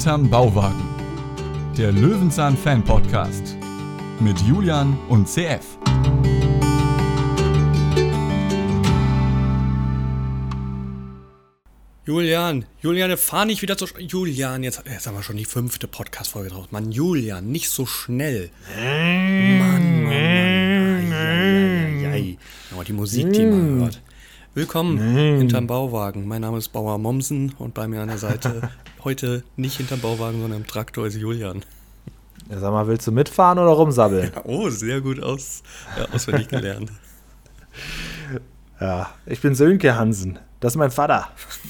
Hinterm Bauwagen, der Löwenzahn-Fan-Podcast mit Julian und CF. Julian, fahr nicht wieder Julian, jetzt haben wir schon die 5. Podcast-Folge draus. Mann, Julian, nicht so schnell. Mann. Aber die Musik, die man hört. Willkommen hinterm Bauwagen. Mein Name ist Bauer Mommsen und bei mir an der Seite heute nicht hinterm Bauwagen, sondern im Traktor ist Julian. Ja, sag mal, willst du mitfahren oder rumsabbeln? Ja, oh, sehr gut auswendig gelernt. Ja, ich bin Sönke Hansen. Das ist mein Vater.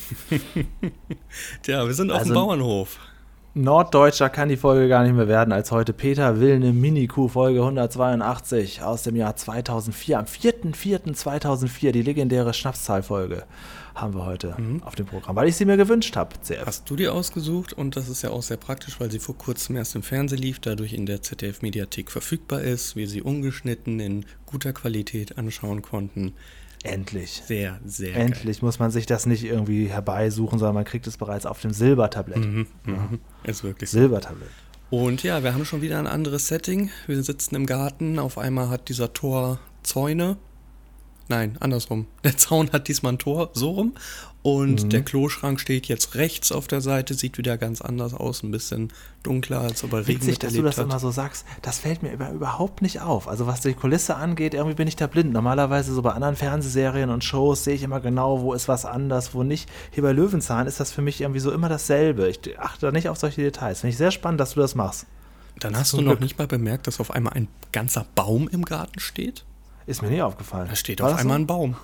Tja, wir sind auf dem Bauernhof. Norddeutscher kann die Folge gar nicht mehr werden als heute. Peter will eine Mini-Kuh, Folge 182 aus dem Jahr 2004. Am 4.4.2004, die legendäre Schnapszahlfolge, haben wir heute auf dem Programm, weil ich sie mir gewünscht habe. Hast du die ausgesucht und das ist ja auch sehr praktisch, weil sie vor kurzem erst im Fernsehen lief, dadurch in der ZDF-Mediathek verfügbar ist, wir sie ungeschnitten in guter Qualität anschauen konnten. Endlich. Sehr, sehr Endlich geil. Muss man sich das nicht irgendwie herbeisuchen, sondern man kriegt es bereits auf dem Silbertablett. Ist wirklich so. Silbertablett. Und ja, wir haben schon wieder ein anderes Setting. Wir sitzen im Garten. Auf einmal hat dieser Tor Zäune. Nein, andersrum. Der Zaun hat diesmal ein Tor, so rum. Und der Kloschrank steht jetzt rechts auf der Seite, sieht wieder ganz anders aus, ein bisschen dunkler, als ob er Regen Witzig, dass du das immer so sagst. Das fällt mir überhaupt nicht auf. Also was die Kulisse angeht, irgendwie bin ich da blind. Normalerweise so bei anderen Fernsehserien und Shows sehe ich immer genau, wo ist was anders, wo nicht. Hier bei Löwenzahn ist das für mich irgendwie so immer dasselbe. Ich achte da nicht auf solche Details. Finde ich sehr spannend, dass du das machst. Dann hast du noch nicht mal bemerkt, dass auf einmal ein ganzer Baum im Garten steht? Ist mir nie aufgefallen. Da steht auf einmal ein Baum.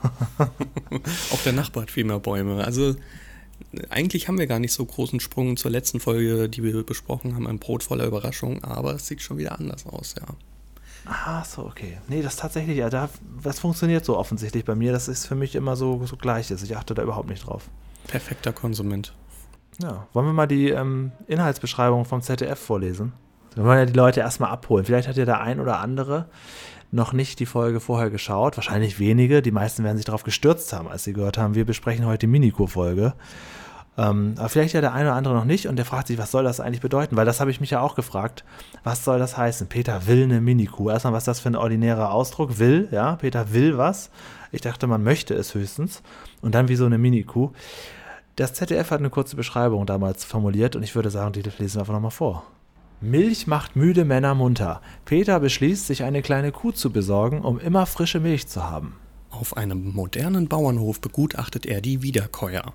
Auch der Nachbar hat viel mehr Bäume. Also eigentlich haben wir gar nicht so großen Sprung zur letzten Folge, die wir besprochen haben, ein Brot voller Überraschung, aber es sieht schon wieder anders aus, ja. Ah, so, okay. Nee, das tatsächlich, ja, das funktioniert so offensichtlich bei mir. Das ist für mich immer so Gleiches. Ich achte da überhaupt nicht drauf. Perfekter Konsument. Ja, wollen wir mal die Inhaltsbeschreibung vom ZDF vorlesen? Wir wollen ja die Leute erstmal abholen. Vielleicht hat ja der ein oder andere noch nicht die Folge vorher geschaut. Wahrscheinlich wenige. Die meisten werden sich darauf gestürzt haben, als sie gehört haben, wir besprechen heute die Mini-Kuh-Folge. Aber vielleicht ja der eine oder andere noch nicht und der fragt sich, was soll das eigentlich bedeuten? Weil das habe ich mich ja auch gefragt. Was soll das heißen? Peter will eine Mini-Kuh. Erstmal, was ist das für ein ordinärer Ausdruck? Will, ja, Peter will was. Ich dachte, man möchte es höchstens. Und dann wie so eine Mini-Kuh. Das ZDF hat eine kurze Beschreibung damals formuliert und ich würde sagen, die lesen wir einfach nochmal vor. Milch macht müde Männer munter. Peter beschließt, sich eine kleine Kuh zu besorgen, um immer frische Milch zu haben. Auf einem modernen Bauernhof begutachtet er die Wiederkäuer.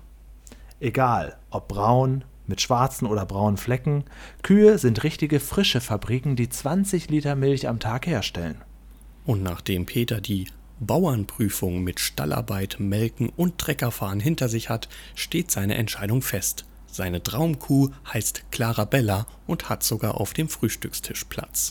Egal, ob braun, mit schwarzen oder braunen Flecken, Kühe sind richtige frische Fabriken, die 20 Liter Milch am Tag herstellen. Und nachdem Peter die Bauernprüfung mit Stallarbeit, Melken und Treckerfahren hinter sich hat, steht seine Entscheidung fest. Seine Traumkuh heißt Clarabella und hat sogar auf dem Frühstückstisch Platz.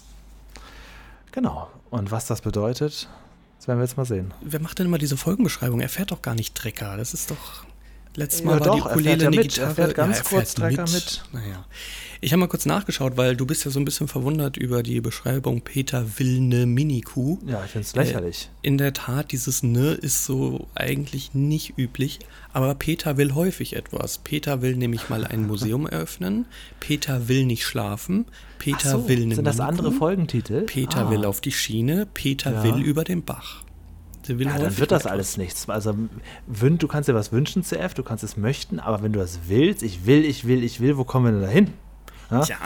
Genau. Und was das bedeutet, das werden wir jetzt mal sehen. Wer macht denn immer diese Folgenbeschreibung? Er fährt doch gar nicht Trecker. Das ist doch... Letztes Mal ja, war doch, die Ukulele eine Gitarre. Er fährt ganz kurz Trecker mit. Naja. Ich habe mal kurz nachgeschaut, weil du bist ja so ein bisschen verwundert über die Beschreibung Peter will eine Mini-Kuh. Ja, ich finde es lächerlich. In der Tat, dieses Ne ist so eigentlich nicht üblich, aber Peter will häufig etwas. Peter will nämlich mal ein Museum eröffnen, Peter will nicht schlafen, Peter will eine Sind das andere Folgentitel? Peter will auf die Schiene, Peter will über den Bach. Ja, dann wird das alles nichts. Also du kannst dir was wünschen, CF, du kannst es möchten, aber wenn du das willst, ich will, wo kommen wir denn da hin? Ja? Tja.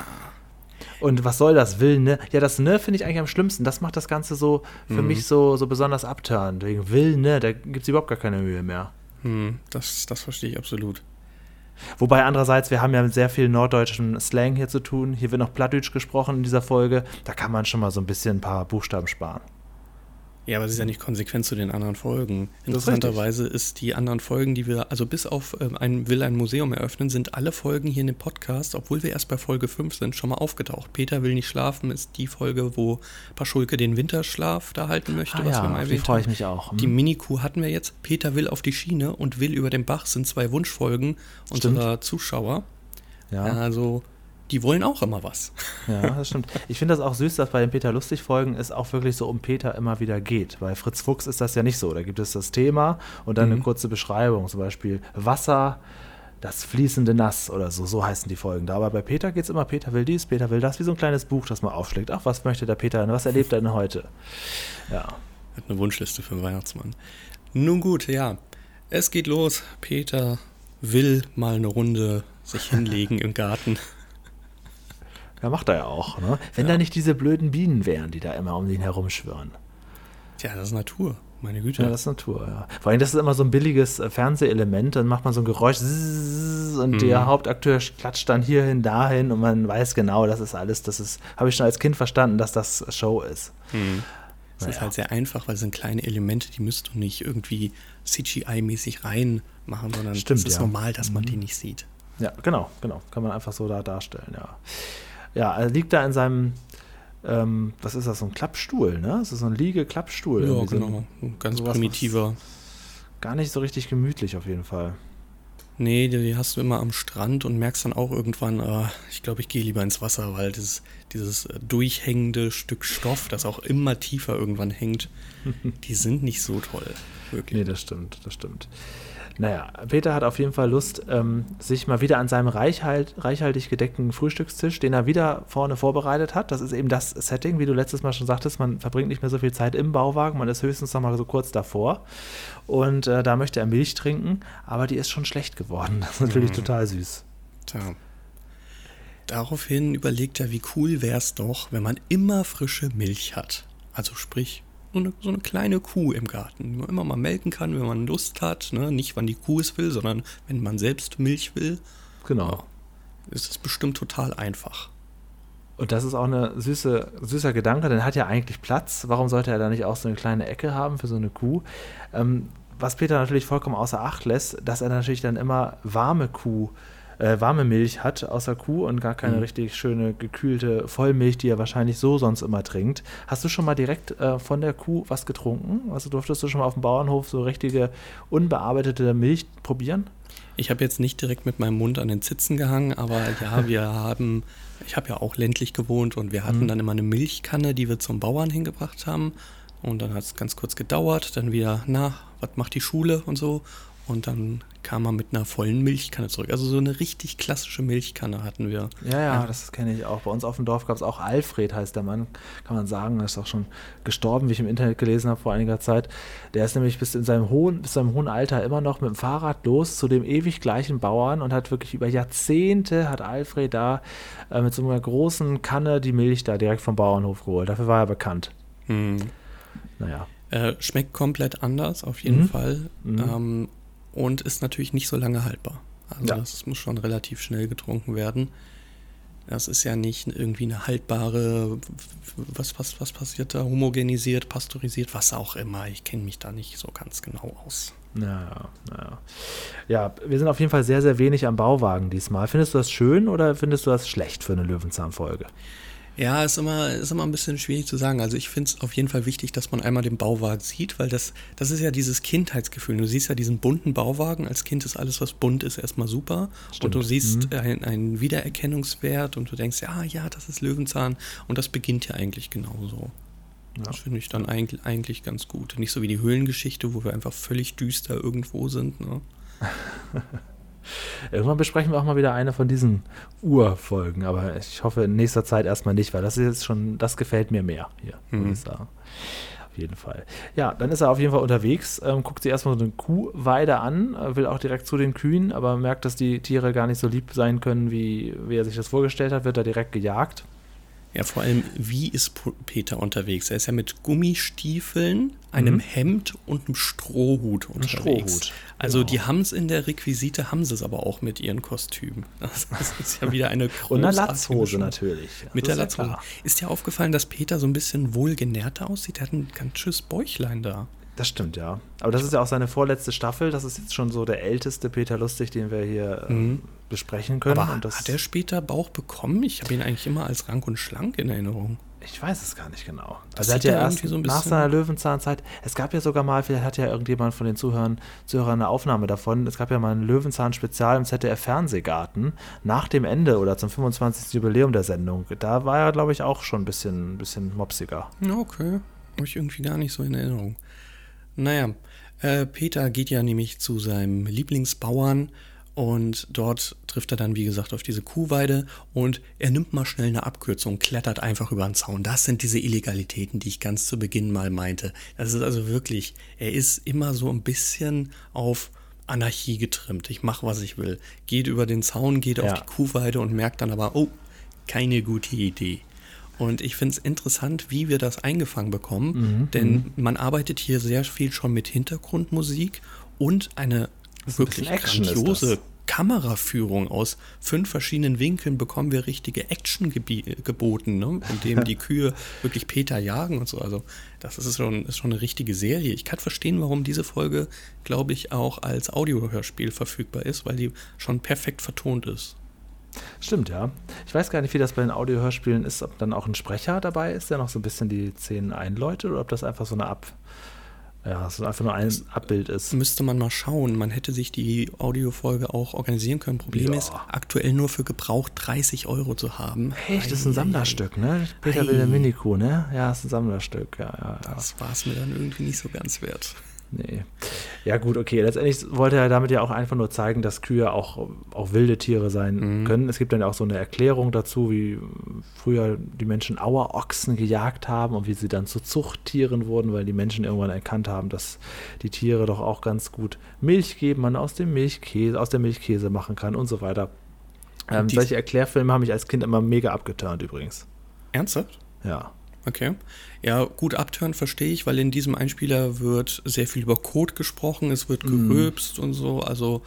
Und was soll das Will, ne? Ja, das Ne finde ich eigentlich am schlimmsten. Das macht das Ganze so für mich so besonders abturnt. Wegen Will, ne? Da gibt es überhaupt gar keine Mühe mehr. Das verstehe ich absolut. Wobei andererseits, wir haben ja mit sehr viel norddeutschen Slang hier zu tun. Hier wird noch Plattdeutsch gesprochen in dieser Folge. Da kann man schon mal so ein bisschen ein paar Buchstaben sparen. Ja, aber es ist ja nicht konsequent zu den anderen Folgen. Interessanterweise ist die anderen Folgen, die wir, also bis auf ein Museum eröffnen, sind alle Folgen hier in dem Podcast, obwohl wir erst bei Folge 5 sind, schon mal aufgetaucht. Peter will nicht schlafen ist die Folge, wo Paschulke den Winterschlaf da halten möchte, was wir mal erwähnt haben. Freue ich mich auch. Die Mini-Kuh hatten wir jetzt. Peter will auf die Schiene und will über den Bach sind 2 Wunschfolgen unserer Zuschauer. Ja. Also die wollen auch immer was. Ja, das stimmt. Ich finde das auch süß, dass bei den Peter-Lustig-Folgen es auch wirklich so um Peter immer wieder geht. Bei Fritz Fuchs ist das ja nicht so. Da gibt es das Thema und dann eine kurze Beschreibung. Zum Beispiel Wasser, Das fließende Nass oder so heißen die Folgen da. Aber bei Peter geht es immer, Peter will dies, Peter will das, wie so ein kleines Buch, das man aufschlägt. Ach, was möchte der Peter denn, was erlebt er denn heute? Ja. Hat eine Wunschliste für den Weihnachtsmann. Nun gut, ja, es geht los. Peter will mal eine Runde sich hinlegen im Garten. Ja, macht er ja auch, ne? Wenn da nicht diese blöden Bienen wären, die da immer um ihn herumschwirren. Tja, das ist Natur. Meine Güte. Ja, das ist Natur, ja. Vor allem, das ist immer so ein billiges Fernsehelement, dann macht man so ein Geräusch und der Hauptakteur klatscht dann hierhin, dahin und man weiß genau, das ist alles, habe ich schon als Kind verstanden, dass das Show ist. Das ist halt sehr einfach, weil es sind kleine Elemente, die müsst du nicht irgendwie CGI-mäßig reinmachen, sondern es ist normal, dass man die nicht sieht. Ja, genau. Kann man einfach so da darstellen, ja. Ja, er liegt da in seinem was ist das, so ein Klappstuhl, ne? Das ist so ein Liege-Klappstuhl. Ja, genau. Ein ganz primitiver. Gar nicht so richtig gemütlich auf jeden Fall. Nee, die hast du immer am Strand und merkst dann auch irgendwann, ich glaube, ich gehe lieber ins Wasser, weil dieses durchhängende Stück Stoff, das auch immer tiefer irgendwann hängt, die sind nicht so toll. Wirklich. Nee, das stimmt. Naja, Peter hat auf jeden Fall Lust, sich mal wieder an seinem reichhaltig gedeckten Frühstückstisch, den er wieder vorne vorbereitet hat. Das ist eben das Setting, wie du letztes Mal schon sagtest, man verbringt nicht mehr so viel Zeit im Bauwagen, man ist höchstens noch mal so kurz davor. Und da möchte er Milch trinken, aber die ist schon schlecht geworden. Das ist natürlich total süß. Tja. Daraufhin überlegt er, wie cool wäre es doch, wenn man immer frische Milch hat. Also sprich, so eine kleine Kuh im Garten, die man immer mal melken kann, wenn man Lust hat. Ne? Nicht, wann die Kuh es will, sondern wenn man selbst Milch will. Genau. Ist das bestimmt total einfach. Und das ist auch ein süßer Gedanke, denn er hat ja eigentlich Platz. Warum sollte er da nicht auch so eine kleine Ecke haben für so eine Kuh? Was Peter natürlich vollkommen außer Acht lässt, dass er natürlich dann immer warme Milch hat aus der Kuh und gar keine richtig schöne gekühlte Vollmilch, die er wahrscheinlich so sonst immer trinkt. Hast du schon mal direkt von der Kuh was getrunken? Also durftest du schon mal auf dem Bauernhof so richtige unbearbeitete Milch probieren? Ich habe jetzt nicht direkt mit meinem Mund an den Zitzen gehangen, aber ja, ich habe ja auch ländlich gewohnt und wir hatten dann immer eine Milchkanne, die wir zum Bauern hingebracht haben und dann hat es ganz kurz gedauert, dann wieder, was macht die Schule und so. Und dann kam er mit einer vollen Milchkanne zurück. Also so eine richtig klassische Milchkanne hatten wir. Ja, das kenne ich auch. Bei uns auf dem Dorf gab es auch Alfred, heißt der Mann, kann man sagen. Er ist auch schon gestorben, wie ich im Internet gelesen habe vor einiger Zeit. Der ist nämlich bis zu seinem hohen Alter immer noch mit dem Fahrrad los zu dem ewig gleichen Bauern und hat wirklich über Jahrzehnte hat Alfred da mit so einer großen Kanne die Milch da direkt vom Bauernhof geholt. Dafür war er bekannt. Naja. Schmeckt komplett anders, auf jeden Fall. Und ist natürlich nicht so lange haltbar. Also das muss schon relativ schnell getrunken werden. Das ist ja nicht irgendwie eine haltbare, was passiert da, homogenisiert, pasteurisiert, was auch immer. Ich kenne mich da nicht so ganz genau aus. Ja, wir sind auf jeden Fall sehr, sehr wenig am Bauwagen diesmal. Findest du das schön oder findest du das schlecht für eine Löwenzahn-Folge? Ja, ist immer ein bisschen schwierig zu sagen. Also ich finde es auf jeden Fall wichtig, dass man einmal den Bauwagen sieht, weil das ist ja dieses Kindheitsgefühl. Du siehst ja diesen bunten Bauwagen. Als Kind ist alles, was bunt ist, erstmal super. Stimmt. Und du siehst einen Wiedererkennungswert und du denkst, ja, das ist Löwenzahn. Und das beginnt ja eigentlich genauso. Ja. Das finde ich dann eigentlich ganz gut. Nicht so wie die Höhlengeschichte, wo wir einfach völlig düster irgendwo sind. Ne? Irgendwann besprechen wir auch mal wieder eine von diesen Urfolgen, aber ich hoffe in nächster Zeit erstmal nicht, weil das ist jetzt schon, das gefällt mir mehr hier, muss ich sagen. Auf jeden Fall. Ja, dann ist er auf jeden Fall unterwegs, guckt sich erstmal so eine Kuhweide an, will auch direkt zu den Kühen, aber merkt, dass die Tiere gar nicht so lieb sein können, wie er sich das vorgestellt hat, wird er direkt gejagt. Ja, vor allem, wie ist Peter unterwegs? Er ist ja mit Gummistiefeln, einem Hemd und einem Strohhut unterwegs. Also die haben es in der Requisite, haben sie es aber auch mit ihren Kostümen. Das ist ja wieder eine großartige und eine Latzhose natürlich. Mit der Latzhose. Ist dir aufgefallen, dass Peter so ein bisschen wohlgenährter aussieht? Er hat ein ganz schönes Bäuchlein da. Das stimmt, ja. Aber das ist ja auch seine vorletzte Staffel. Das ist jetzt schon so der älteste Peter Lustig, den wir hier besprechen können. Aber und das hat er später Bauch bekommen? Ich habe ihn eigentlich immer als rank und schlank in Erinnerung. Ich weiß es gar nicht genau. Das also er hat ja erst so nach seiner Löwenzahnzeit, es gab ja sogar mal, vielleicht hat ja irgendjemand von den Zuhörern eine Aufnahme davon, es gab ja mal ein Löwenzahn-Spezial im ZDF-Fernsehgarten nach dem Ende oder zum 25. Jubiläum der Sendung. Da war er, glaube ich, auch schon ein bisschen mopsiger. Okay, habe ich irgendwie gar nicht so in Erinnerung. Naja, Peter geht ja nämlich zu seinem Lieblingsbauern Und dort trifft er dann, wie gesagt, auf diese Kuhweide und er nimmt mal schnell eine Abkürzung, klettert einfach über den Zaun. Das sind diese Illegalitäten, die ich ganz zu Beginn mal meinte. Das ist also wirklich, er ist immer so ein bisschen auf Anarchie getrimmt. Ich mache, was ich will. Geht über den Zaun, geht auf die Kuhweide und merkt dann aber, oh, keine gute Idee. Und ich finde es interessant, wie wir das eingefangen bekommen, denn man arbeitet hier sehr viel schon mit Hintergrundmusik und eine wirklich grandiose Kameraführung aus 5 verschiedenen Winkeln bekommen wir richtige Action geboten, ne? In dem die Kühe wirklich Peter jagen und so. Also das ist schon eine richtige Serie. Ich kann verstehen, warum diese Folge, glaube ich, auch als Audiohörspiel verfügbar ist, weil die schon perfekt vertont ist. Stimmt, ja. Ich weiß gar nicht, wie das bei den Audiohörspielen ist, ob dann auch ein Sprecher dabei ist, der noch so ein bisschen die Szenen einläutet oder ob das einfach so einfach nur ein Abbild ist. Müsste man mal schauen. Man hätte sich die Audiofolge auch organisieren können. Problem ist, aktuell nur für Gebrauch 30 € zu haben. Echt? Das ist ein Sammlerstück, ne? Peter will der Minikuh, ne? Ja, ist ein Sammlerstück, ja. Das war es mir dann irgendwie nicht so ganz wert. Nee. Ja gut, okay. Letztendlich wollte er damit ja auch einfach nur zeigen, dass Kühe auch wilde Tiere sein können. Es gibt dann ja auch so eine Erklärung dazu, wie früher die Menschen Auerochsen gejagt haben und wie sie dann zu Zuchttieren wurden, weil die Menschen irgendwann erkannt haben, dass die Tiere doch auch ganz gut Milch geben, man aus der Milch Käse machen kann und so weiter. Solche Erklärfilme haben mich als Kind immer mega abgeturnt übrigens. Ernsthaft? Ja. Okay. Ja, gut, abtören verstehe ich, weil in diesem Einspieler wird sehr viel über Code gesprochen, es wird gerülpst und so, also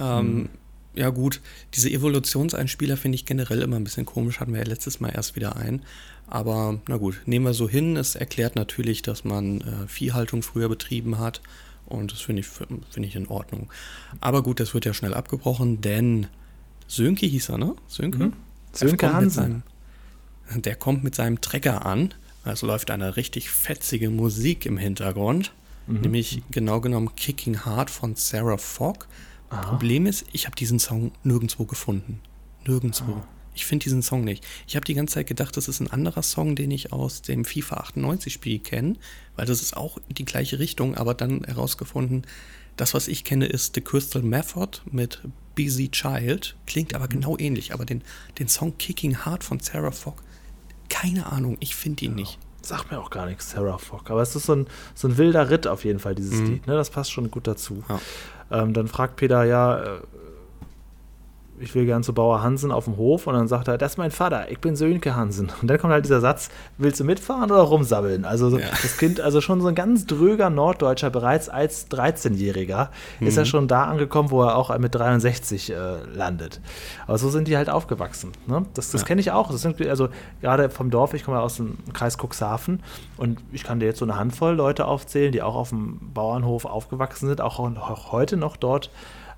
ja gut, diese Evolutionseinspieler finde ich generell immer ein bisschen komisch, hatten wir ja letztes Mal erst wieder ein, aber na gut, nehmen wir so hin, es erklärt natürlich, dass man Viehhaltung früher betrieben hat und das finde ich in Ordnung. Aber gut, das wird ja schnell abgebrochen, denn Sönke hieß er, ne? Sönke? Sönke Hansen. Der kommt mit seinem Trecker an. Es läuft eine richtig fetzige Musik im Hintergrund. Nämlich genau genommen Kicking Hard von Sarah Fogg. Problem ist, ich habe diesen Song nirgendwo gefunden. Nirgendwo. Ich finde diesen Song nicht. Ich habe die ganze Zeit gedacht, das ist ein anderer Song, den ich aus dem FIFA 98 Spiel kenne, weil das ist auch die gleiche Richtung, aber dann herausgefunden, das, was ich kenne, ist The Crystal Method mit Busy Child. Klingt aber genau ähnlich, aber den Song Kicking Hard von Sarah Fogg, keine Ahnung, ich finde ihn nicht. Sagt mir auch gar nichts, Sarah Fogg. Aber es ist so ein wilder Ritt auf jeden Fall, dieses Lied. Ne? Das passt schon gut dazu. Ja. Dann fragt Peter, ich will gern zu Bauer Hansen auf dem Hof. Und dann sagt er, das ist mein Vater, ich bin Sönke Hansen. Und dann kommt halt dieser Satz, willst du mitfahren oder rumsabbeln? Also das Kind, also schon so ein ganz dröger Norddeutscher, bereits als 13-Jähriger, ist er schon da angekommen, wo er auch mit 63 landet. Aber so sind die halt aufgewachsen. Ne? Das kenne ich auch. Das sind, also gerade vom Dorf, ich komme ja aus dem Kreis Cuxhaven und ich kann dir jetzt so eine Handvoll Leute aufzählen, die auch auf dem Bauernhof aufgewachsen sind, auch heute noch dort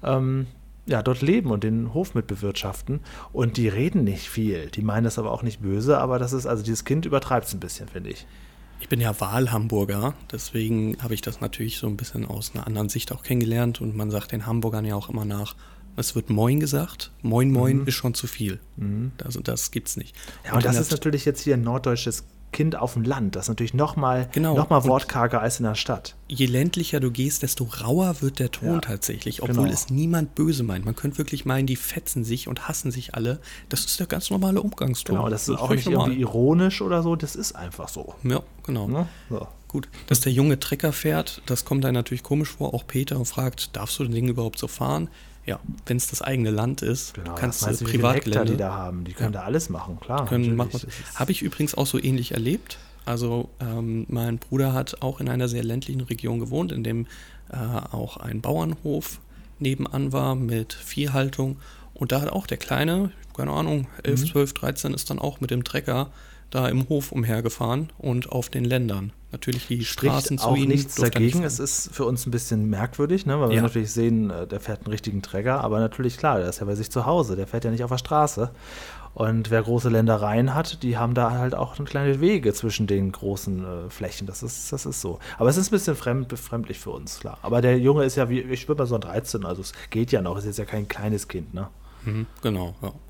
dort leben und den Hof mit bewirtschaften. Und die reden nicht viel. Die meinen das aber auch nicht böse, aber das ist, also dieses Kind übertreibt es ein bisschen, finde ich. Ich bin ja Wahlhamburger, deswegen habe ich das natürlich so ein bisschen aus einer anderen Sicht auch kennengelernt und man sagt den Hamburgern ja auch immer nach, es wird Moin gesagt. Moin ist schon zu viel. Also das gibt's nicht. Ja, und das ist natürlich jetzt hier ein norddeutsches Kind auf dem Land. Das ist natürlich noch mal wortkarger als in der Stadt. Je ländlicher du gehst, desto rauer wird der Ton tatsächlich, obwohl es niemand böse meint. Man könnte wirklich meinen, die fetzen sich und hassen sich alle. Das ist der ganz normale Umgangston. Genau, das ist auch nicht irgendwie ironisch oder so, das ist einfach so. Ja, genau. Ne? So. Gut, dass der junge Trecker fährt, das kommt einem natürlich komisch vor. Auch Peter fragt, darfst du das Ding überhaupt so fahren? Ja, wenn es das eigene Land ist, kannst du Privatgelände. Die da haben, die können da alles machen, klar. Habe ich übrigens auch so ähnlich erlebt. Also mein Bruder hat auch in einer sehr ländlichen Region gewohnt, in dem auch ein Bauernhof nebenan war mit Viehhaltung. Und da hat auch der Kleine, keine Ahnung, 11, 12, 13, ist dann auch mit dem Trecker da im Hof umhergefahren und auf den Ländern. Natürlich die Straßen zu ihnen. Auch nichts dagegen. Es ist für uns ein bisschen merkwürdig, ne? Weil wir natürlich sehen, der fährt einen richtigen Trecker, aber natürlich klar, der ist ja bei sich zu Hause, der fährt ja nicht auf der Straße. Und wer große Ländereien hat, die haben da halt auch kleine Wege zwischen den großen Flächen. Das ist so. Aber es ist ein bisschen befremdlich für uns, klar. Aber der Junge ist ja ich würde mal so ein 13, also es geht ja noch, ist jetzt ja kein kleines Kind, ne? Genau, ja.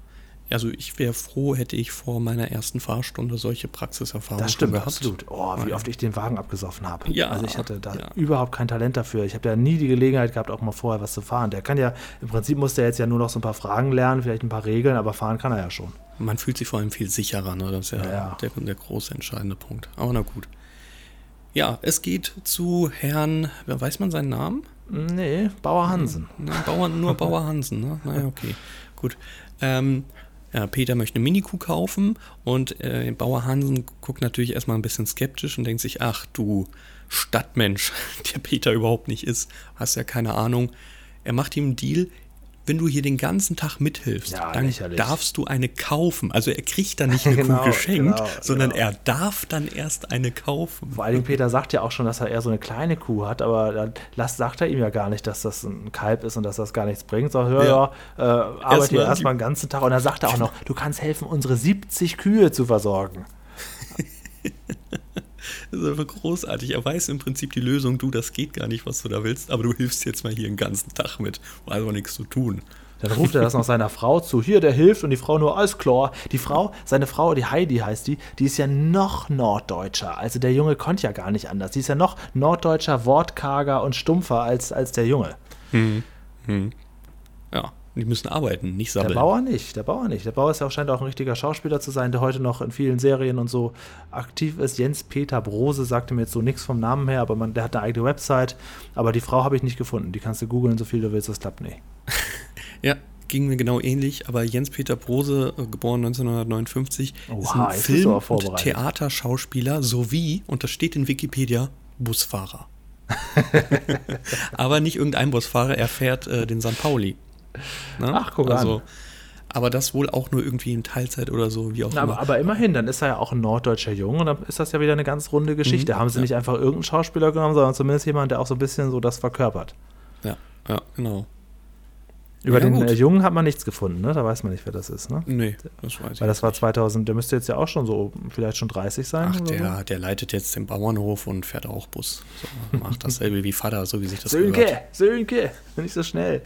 Also ich wäre froh, hätte ich vor meiner ersten Fahrstunde solche Praxiserfahrungen Das stimmt, gehabt. absolut. Oh, wie oft ich den Wagen abgesoffen habe. Ja, also ich hatte da überhaupt kein Talent dafür. Ich habe ja nie die Gelegenheit gehabt, auch mal vorher was zu fahren. Der kann ja, im Prinzip muss der jetzt ja nur noch so ein paar Fragen lernen, vielleicht ein paar Regeln, aber fahren kann er ja schon. Man fühlt sich vor allem viel sicherer, ne? Das ist ja der große entscheidende Punkt. Aber na gut. Ja, es geht zu Herrn, weiß man seinen Namen? Nee, Bauer Hansen. Nur Bauer Hansen, ne? Naja, okay, gut. Peter möchte eine Mini-Kuh kaufen und Bauer Hansen guckt natürlich erstmal ein bisschen skeptisch und denkt sich, ach du Stadtmensch, der Peter überhaupt nicht ist, hast ja keine Ahnung. Er macht ihm einen Deal, wenn du hier den ganzen Tag mithilfst, dann lächerlich. Darfst du eine kaufen. Also er kriegt dann nicht eine Kuh geschenkt, sondern er darf dann erst eine kaufen. Vor allem Peter sagt ja auch schon, dass er eher so eine kleine Kuh hat, aber dann sagt er ihm ja gar nicht, dass das ein Kalb ist und dass das gar nichts bringt. Sagt, arbeite hier erstmal den ganzen Tag. Und dann sagt er auch noch, du kannst helfen, unsere 70 Kühe zu versorgen. Das ist einfach großartig. Er weiß im Prinzip die Lösung, das geht gar nicht, was du da willst, aber du hilfst jetzt mal hier den ganzen Tag mit. War einfach nichts zu tun. Dann ruft er das noch seiner Frau zu. Hier, der hilft und die Frau nur, alles klar. Seine Frau, die Heidi heißt die ist ja noch Norddeutscher. Also der Junge konnte ja gar nicht anders. Die ist ja noch Norddeutscher, wortkarger und stumpfer als der Junge. Ja. Die müssen arbeiten, nicht sammeln. Der Bauer nicht. Der Bauer ist ja scheint auch ein richtiger Schauspieler zu sein, der heute noch in vielen Serien und so aktiv ist. Jens-Peter Brose sagte mir jetzt so nichts vom Namen her, aber der hat eine eigene Website. Aber die Frau habe ich nicht gefunden. Die kannst du googeln, so viel du willst, das klappt nicht. Ja, ging mir genau ähnlich. Aber Jens-Peter Brose, geboren 1959, ist ein Film- und Theaterschauspieler sowie, und das steht in Wikipedia, Busfahrer. Aber nicht irgendein Busfahrer, er fährt den St. Pauli. Ne? Ach, guck an. Aber das wohl auch nur irgendwie in Teilzeit oder so, wie auch immer. Aber immerhin, dann ist er ja auch ein norddeutscher Junge und dann ist das ja wieder eine ganz runde Geschichte. Haben sie nicht einfach irgendeinen Schauspieler genommen, sondern zumindest jemand, der auch so ein bisschen so das verkörpert. Ja, genau. Über den Jungen hat man nichts gefunden, ne? Da weiß man nicht, wer das ist, ne? Nee, das weiß ich nicht. Weil das war 2000, der müsste jetzt ja auch schon so, vielleicht schon 30 sein. Ach, der leitet jetzt den Bauernhof und fährt auch Bus. So, macht dasselbe wie Vater, so wie sich das gehört. Sönke, nicht so schnell.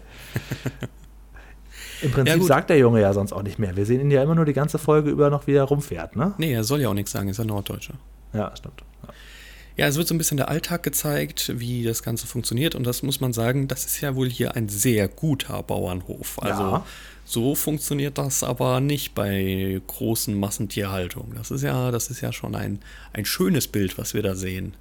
Im Prinzip sagt der Junge ja sonst auch nicht mehr. Wir sehen ihn ja immer nur die ganze Folge über noch, wie er rumfährt, ne? Nee, er soll ja auch nichts sagen, ist ja Norddeutscher. Ja, stimmt. Ja, es wird so ein bisschen der Alltag gezeigt, wie das Ganze funktioniert. Und das muss man sagen, das ist ja wohl hier ein sehr guter Bauernhof. Also so funktioniert das aber nicht bei großen Massentierhaltungen. Das ist ja schon ein schönes Bild, was wir da sehen.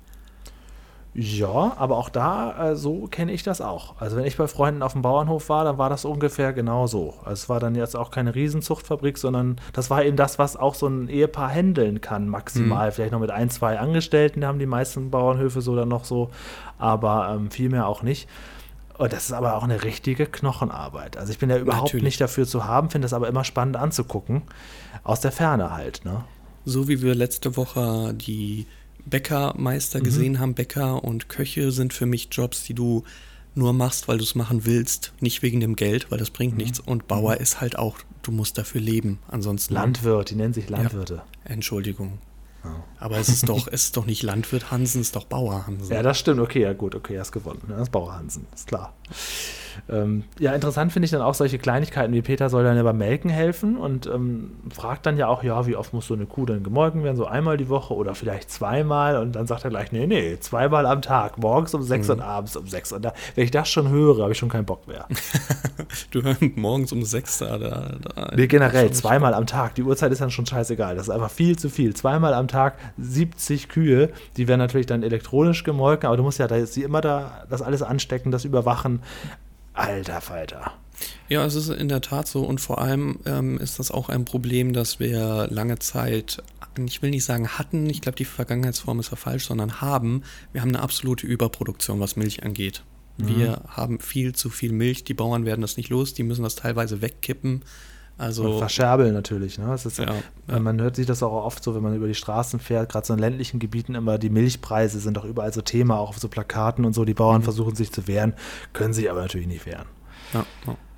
Ja, aber auch da, so kenne ich das auch. Also wenn ich bei Freunden auf dem Bauernhof war, dann war das ungefähr genau so. Also es war dann jetzt auch keine Riesenzuchtfabrik, sondern das war eben das, was auch so ein Ehepaar händeln kann, maximal. Vielleicht noch mit 1, 2 Angestellten, da haben die meisten Bauernhöfe so dann noch so, aber viel mehr auch nicht. Und das ist aber auch eine richtige Knochenarbeit. Also ich bin ja überhaupt nicht dafür zu haben, finde das aber immer spannend anzugucken. Aus der Ferne halt, ne? So wie wir letzte Woche die Bäckermeister gesehen haben. Bäcker und Köche sind für mich Jobs, die du nur machst, weil du es machen willst, nicht wegen dem Geld, weil das bringt nichts. Und Bauer ist halt auch, du musst dafür leben. Ansonsten. Landwirt, die nennen sich Landwirte. Ja, Entschuldigung. Oh. Aber es ist doch nicht Landwirt Hansen, es ist doch Bauer Hansen. Ja, das stimmt. Okay, ja gut, er ist gewonnen. Das ist Bauer Hansen, ist klar. Interessant finde ich dann auch solche Kleinigkeiten wie Peter soll dann ja beim Melken helfen und fragt dann ja auch, wie oft muss so eine Kuh dann gemolken werden, so einmal die Woche oder vielleicht zweimal und dann sagt er gleich, nee, zweimal am Tag, morgens um 6 und abends um 6 und wenn ich das schon höre, habe ich schon keinen Bock mehr. Du hörst morgens um 6 da. Nee, generell, zweimal am Tag, die Uhrzeit ist dann schon scheißegal, das ist einfach viel zu viel, zweimal am Tag 70 Kühe, die werden natürlich dann elektronisch gemolken, aber du musst ja immer das alles anstecken, das überwachen. Alter Falter. Ja, es ist in der Tat so und vor allem ist das auch ein Problem, das wir lange Zeit, ich will nicht sagen hatten, ich glaube die Vergangenheitsform ist ja falsch, sondern haben. Wir haben eine absolute Überproduktion, was Milch angeht. Wir haben viel zu viel Milch, die Bauern werden das nicht los, die müssen das teilweise wegkippen. Also und verscherbeln natürlich. Ne? Das ist, man hört sich das auch oft so, wenn man über die Straßen fährt, gerade so in ländlichen Gebieten immer, die Milchpreise sind doch überall so Thema, auch auf so Plakaten und so. Die Bauern versuchen sich zu wehren, können sich aber natürlich nicht wehren. Ja.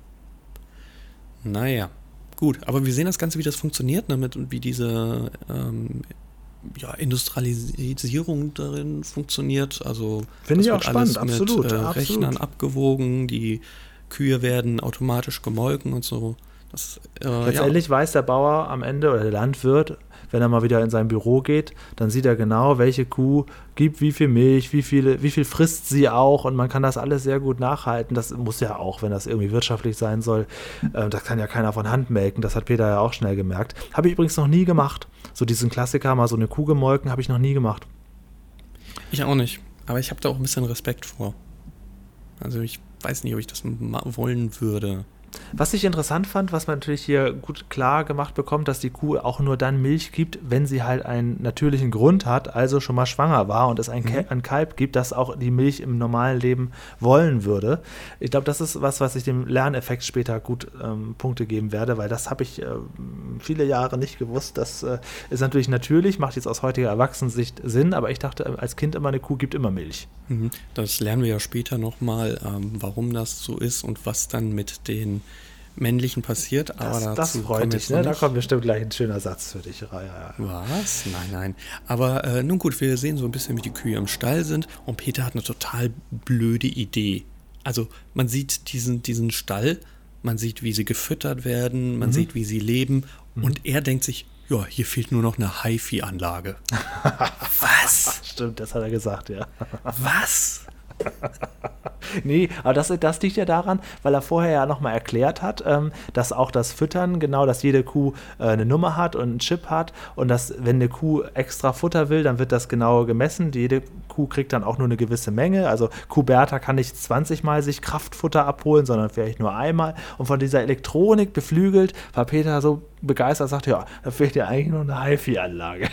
Naja, gut. Aber wir sehen das Ganze, wie das funktioniert, ne? Und wie diese Industrialisierung darin funktioniert. Also finde ich auch spannend, alles mit Rechnern abgewogen, die Kühe werden automatisch gemolken und so. Letztendlich weiß der Bauer am Ende oder der Landwirt, wenn er mal wieder in sein Büro geht, dann sieht er genau, welche Kuh gibt wie viel Milch, wie viel frisst sie auch, und man kann das alles sehr gut nachhalten. Das muss ja auch, wenn das irgendwie wirtschaftlich sein soll, das kann ja keiner von Hand melken, das hat Peter ja auch schnell gemerkt. Habe ich übrigens noch nie gemacht. So diesen Klassiker, mal so eine Kuh gemolken, habe ich noch nie gemacht. Ich auch nicht, aber ich habe da auch ein bisschen Respekt vor. Also ich weiß nicht, ob ich das wollen würde. Was ich interessant fand, was man natürlich hier gut klar gemacht bekommt, dass die Kuh auch nur dann Milch gibt, wenn sie halt einen natürlichen Grund hat, also schon mal schwanger war und es ein Kalb gibt, das auch die Milch im normalen Leben wollen würde. Ich glaube, das ist was ich dem Lerneffekt später gut Punkte geben werde, weil das habe ich viele Jahre nicht gewusst. Das ist natürlich natürlich, macht jetzt aus heutiger Erwachsenensicht Sinn, aber ich dachte als Kind immer, eine Kuh gibt immer Milch. Das lernen wir ja später nochmal, warum das so ist und was dann mit den Männlichen passiert. Aber das freut dich, ne? Da kommt bestimmt gleich ein schöner Satz für dich. Ja. Was? Nein. Aber nun gut, wir sehen so ein bisschen, wie die Kühe im Stall sind, und Peter hat eine total blöde Idee. Also man sieht diesen Stall, man sieht, wie sie gefüttert werden, man sieht, wie sie leben, und er denkt sich, ja, hier fehlt nur noch eine HiFi-Anlage. Was? Stimmt, das hat er gesagt, ja. Was? Nee, aber das liegt ja daran, weil er vorher ja nochmal erklärt hat, dass auch das Füttern, genau, dass jede Kuh eine Nummer hat und einen Chip hat, und dass, wenn eine Kuh extra Futter will, dann wird das genau gemessen. Jede Kuh kriegt dann auch nur eine gewisse Menge. Also Kuh Bertha kann nicht 20 Mal sich Kraftfutter abholen, sondern vielleicht nur einmal. Und von dieser Elektronik beflügelt war Peter so begeistert, sagte, ja, da fehlt ja eigentlich nur eine HiFi-Anlage.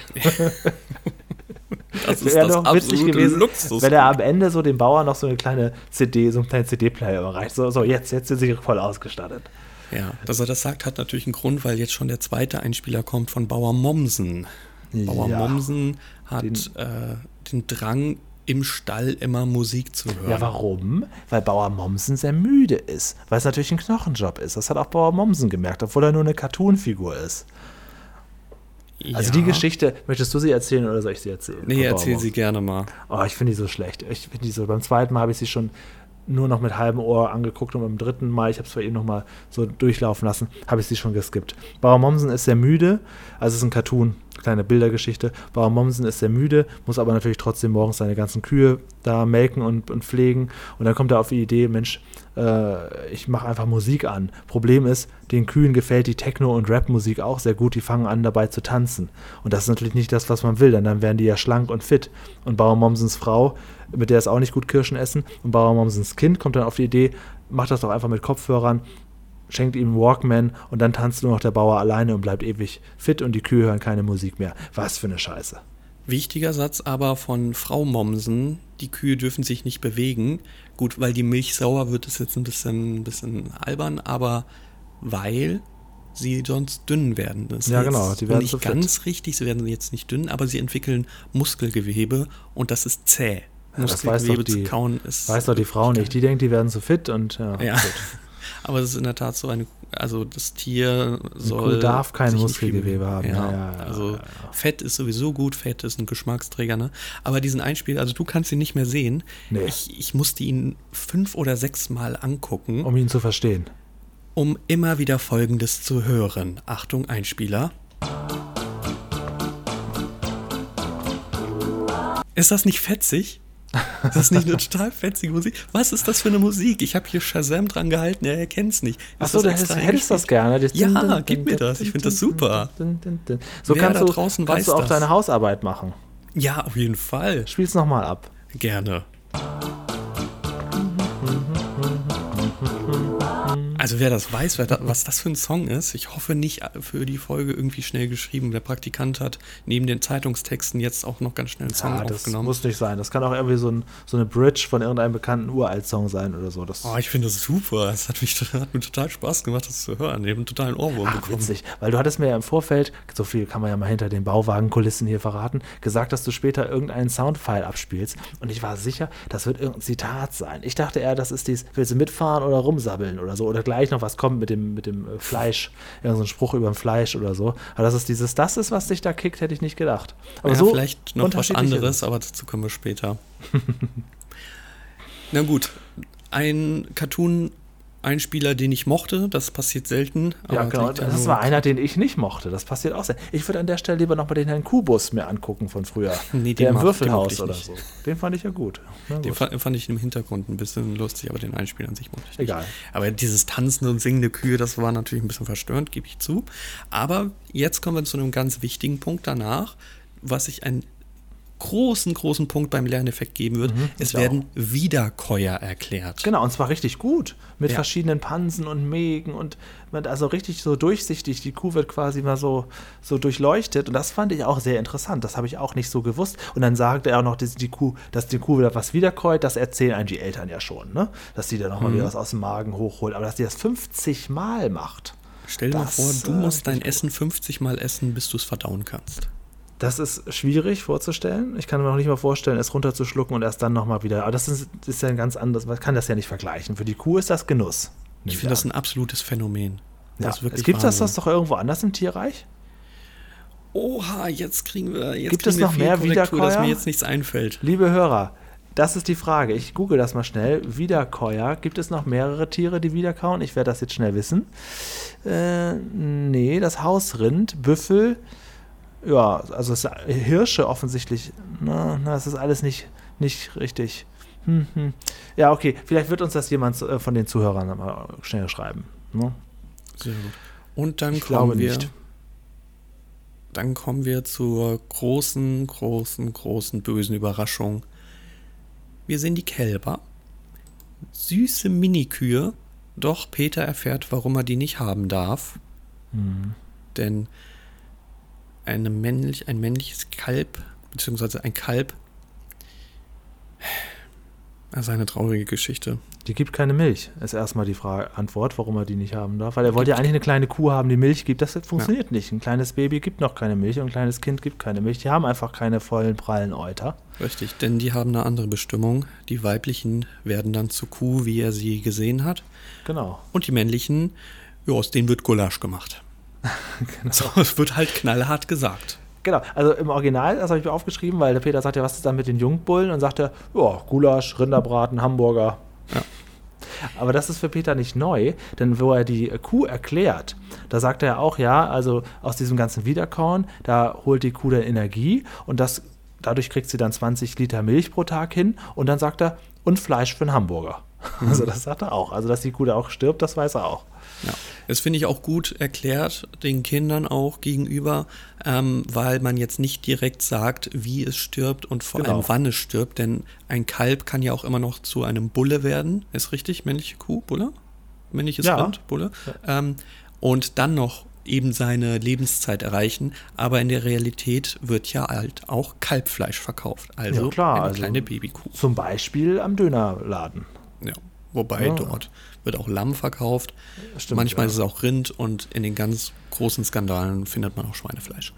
Das ist das doch witzig gewesen, Luxus. wenn er am Ende so dem Bauern noch so einen kleinen CD-Player überreicht. So, jetzt sind sie voll ausgestattet. Ja, dass er das sagt, hat natürlich einen Grund, weil jetzt schon der zweite Einspieler kommt von Bauer Mommsen. Bauer Mommsen hat den Drang, im Stall immer Musik zu hören. Ja, warum? Weil Bauer Mommsen sehr müde ist. Weil es natürlich ein Knochenjob ist. Das hat auch Bauer Mommsen gemerkt, obwohl er nur eine Cartoon-Figur ist. Also die Geschichte, möchtest du sie erzählen oder soll ich sie erzählen? Nee, erzähl sie gerne mal. Oh, ich finde die so schlecht. Ich finde die so, beim zweiten Mal habe ich sie schon nur noch mit halbem Ohr angeguckt, und beim dritten Mal, ich habe es zwar eben noch mal so durchlaufen lassen, habe ich sie schon geskippt. Bauer Mommsen ist sehr müde, also es ist ein Cartoon, kleine Bildergeschichte. Bauer Mommsen ist sehr müde, muss aber natürlich trotzdem morgens seine ganzen Kühe da melken und pflegen, und dann kommt er auf die Idee, Mensch, ich mache einfach Musik an. Problem ist, den Kühen gefällt die Techno- und Rap-Musik auch sehr gut, die fangen an dabei zu tanzen. Und das ist natürlich nicht das, was man will, denn dann werden die ja schlank und fit. Und Bauer Mommsens Frau, mit der ist auch nicht gut Kirschen essen, und Bauer Mommsens Kind kommt dann auf die Idee, macht das doch einfach mit Kopfhörern, schenkt ihm einen Walkman, und dann tanzt nur noch der Bauer alleine und bleibt ewig fit, und die Kühe hören keine Musik mehr. Was für eine Scheiße. Wichtiger Satz aber von Frau Mommsen, die Kühe dürfen sich nicht bewegen. Gut, weil die Milch sauer wird, ist jetzt ein bisschen albern, aber weil sie sonst dünn werden. Das ja, genau, die werden nicht ganz richtig, sie werden jetzt nicht dünn, aber sie entwickeln Muskelgewebe, und das ist zäh. Muskelgewebe zu kauen ist... Weiß doch die Frau nicht, die denkt, die werden zu fit, und ja. Gut. Aber es ist in der Tat so also das Tier soll... Kuh darf kein Muskelgewebe haben. Ja. Also Fett ist sowieso gut, Fett ist ein Geschmacksträger, ne? Aber diesen Einspieler, also du kannst ihn nicht mehr sehen. Nee. Ich musste ihn 5 oder 6 Mal angucken. Um ihn zu verstehen. Um immer wieder Folgendes zu hören. Achtung, Einspieler. Ist das nicht fetzig? Ist das nicht eine total fetzige Musik? Was ist das für eine Musik? Ich habe hier Shazam dran gehalten, er kennt es nicht. Achso, du hättest das gerne. Ja, gib mir das. Ich finde das super. So kannst du auch deine Hausarbeit machen. Ja, auf jeden Fall. Spiel's nochmal ab. Gerne. Also wer das weiß, was das für ein Song ist, ich hoffe nicht für die Folge irgendwie schnell geschrieben. Der Praktikant hat neben den Zeitungstexten jetzt auch noch ganz schnell einen Song aufgenommen. Das muss nicht sein. Das kann auch irgendwie so eine Bridge von irgendeinem bekannten Uralt-Song sein oder so. Ich finde das super. Es hat mir total Spaß gemacht, das zu hören. Ich habe einen totalen Ohrwurm bekommen. Witzig, weil du hattest mir ja im Vorfeld, so viel kann man ja mal hinter den Bauwagenkulissen hier verraten, gesagt, dass du später irgendeinen Soundfile abspielst. Und ich war sicher, das wird irgendein Zitat sein. Ich dachte eher, das ist willst du mitfahren oder rumsabbeln oder so, oder gleich noch was kommt mit dem Fleisch, irgendein Spruch über dem Fleisch oder so. Aber das ist, was dich da kickt, hätte ich nicht gedacht. Aber ja, so vielleicht noch was anderes, aber dazu kommen wir später. Na gut, ein Cartoon Einspieler, den ich mochte, das passiert selten. Ja, genau, das war einer, den ich nicht mochte, das passiert auch sehr. Ich würde an der Stelle lieber nochmal den Herrn Kubus mir angucken von früher, der im Würfelhaus oder so. Den fand ich ja gut. Den fand ich im Hintergrund ein bisschen lustig, aber den Einspieler an sich mochte ich nicht. Egal. Aber dieses tanzende und singende Kühe, das war natürlich ein bisschen verstörend, gebe ich zu. Aber jetzt kommen wir zu einem ganz wichtigen Punkt danach, was ich einen großen Punkt beim Lerneffekt geben wird. Es werden Wiederkäuer erklärt. Genau, und zwar richtig gut. Mit verschiedenen Pansen und Mägen und also richtig so durchsichtig. Die Kuh wird quasi mal so durchleuchtet. Und das fand ich auch sehr interessant. Das habe ich auch nicht so gewusst. Und dann sagt er auch noch, dass die Kuh wieder was wiederkäut. Das erzählen einem die Eltern ja schon, ne? Dass die dann nochmal wieder was aus dem Magen hochholt. Aber dass die das 50 Mal macht. Stell dir mal vor, du musst dein Essen 50 Mal essen, bis du es verdauen kannst. Das ist schwierig vorzustellen. Ich kann mir noch nicht mal vorstellen, es runterzuschlucken und erst dann nochmal wieder. Aber das ist ja ein ganz anderes, man kann das ja nicht vergleichen. Für die Kuh ist das Genuss. Ich finde das ein absolutes Phänomen. Ja. Gibt es das doch irgendwo anders im Tierreich? Oha, Gibt es noch mehr Wiederkäuer? Dass mir jetzt nichts einfällt. Liebe Hörer, das ist die Frage. Ich google das mal schnell. Wiederkäuer. Gibt es noch mehrere Tiere, die wiederkauen? Ich werde das jetzt schnell wissen. Nee, das Hausrind, Büffel. Ja, also Hirsche offensichtlich, das ist alles nicht richtig. Ja, okay, vielleicht wird uns das jemand von den Zuhörern mal schnell schreiben. Ne? Sehr gut. Und dann kommen wir zur großen bösen Überraschung. Wir sehen die Kälber. Süße Minikühe, doch Peter erfährt, warum er die nicht haben darf. Denn ein männliches Kalb, beziehungsweise ein Kalb, das ist eine traurige Geschichte. Die gibt keine Milch, ist erstmal die Antwort, warum er die nicht haben darf. Weil er wollte ja eigentlich eine kleine Kuh haben, die Milch gibt. Das funktioniert nicht. Ein kleines Baby gibt noch keine Milch und ein kleines Kind gibt keine Milch. Die haben einfach keine vollen, prallen Euter. Richtig, denn die haben eine andere Bestimmung. Die weiblichen werden dann zur Kuh, wie er sie gesehen hat. Genau. Und die männlichen, aus denen wird Gulasch gemacht. Genau. So, es wird halt knallhart gesagt. Genau, also im Original, das habe ich mir aufgeschrieben, weil der Peter sagt ja, was ist dann mit den Jungbullen? Und sagt er, Gulasch, Rinderbraten, Hamburger. Ja. Aber das ist für Peter nicht neu, denn wo er die Kuh erklärt, da sagt er auch, also aus diesem ganzen Wiederkauen, da holt die Kuh dann Energie und dadurch kriegt sie dann 20 Liter Milch pro Tag hin und dann sagt er, und Fleisch für einen Hamburger. Also das sagt er auch. Also dass die Kuh da auch stirbt, das weiß er auch. Ja, das finde ich auch gut erklärt, den Kindern auch gegenüber, weil man jetzt nicht direkt sagt, wie es stirbt und vor allem wann es stirbt, denn ein Kalb kann ja auch immer noch zu einem Bulle werden. Ist richtig? Männliche Kuh, Bulle? Männliches Rind, Bulle. Ja. Und dann noch eben seine Lebenszeit erreichen, aber in der Realität wird ja halt auch Kalbfleisch verkauft, also eine kleine Babykuh. Zum Beispiel am Dönerladen. Ja, wobei dort wird auch Lamm verkauft. Stimmt, manchmal ist es auch Rind und in den ganz großen Skandalen findet man auch Schweinefleisch.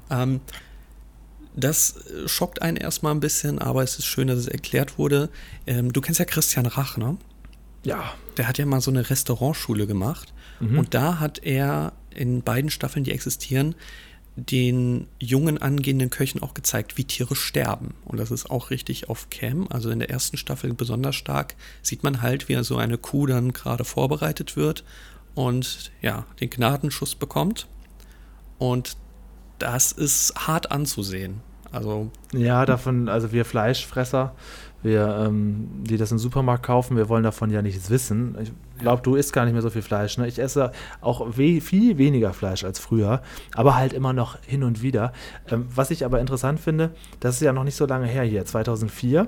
Das schockt einen erstmal ein bisschen, aber es ist schön, dass es erklärt wurde. Du kennst ja Christian Rach, ne? Ja. Der hat ja mal so eine Restaurantschule gemacht und da hat er in beiden Staffeln, die existieren, den jungen angehenden Köchen auch gezeigt, wie Tiere sterben. Und das ist auch richtig auf Cam. Also in der ersten Staffel besonders stark sieht man halt, wie so eine Kuh dann gerade vorbereitet wird und den Gnadenschuss bekommt. Und das ist hart anzusehen. Also wir Fleischfresser, die das im Supermarkt kaufen, wir wollen davon ja nichts wissen. Ich glaube, du isst gar nicht mehr so viel Fleisch. Ne? Ich esse auch viel weniger Fleisch als früher, aber halt immer noch hin und wieder. Was ich aber interessant finde, das ist ja noch nicht so lange her hier, 2004.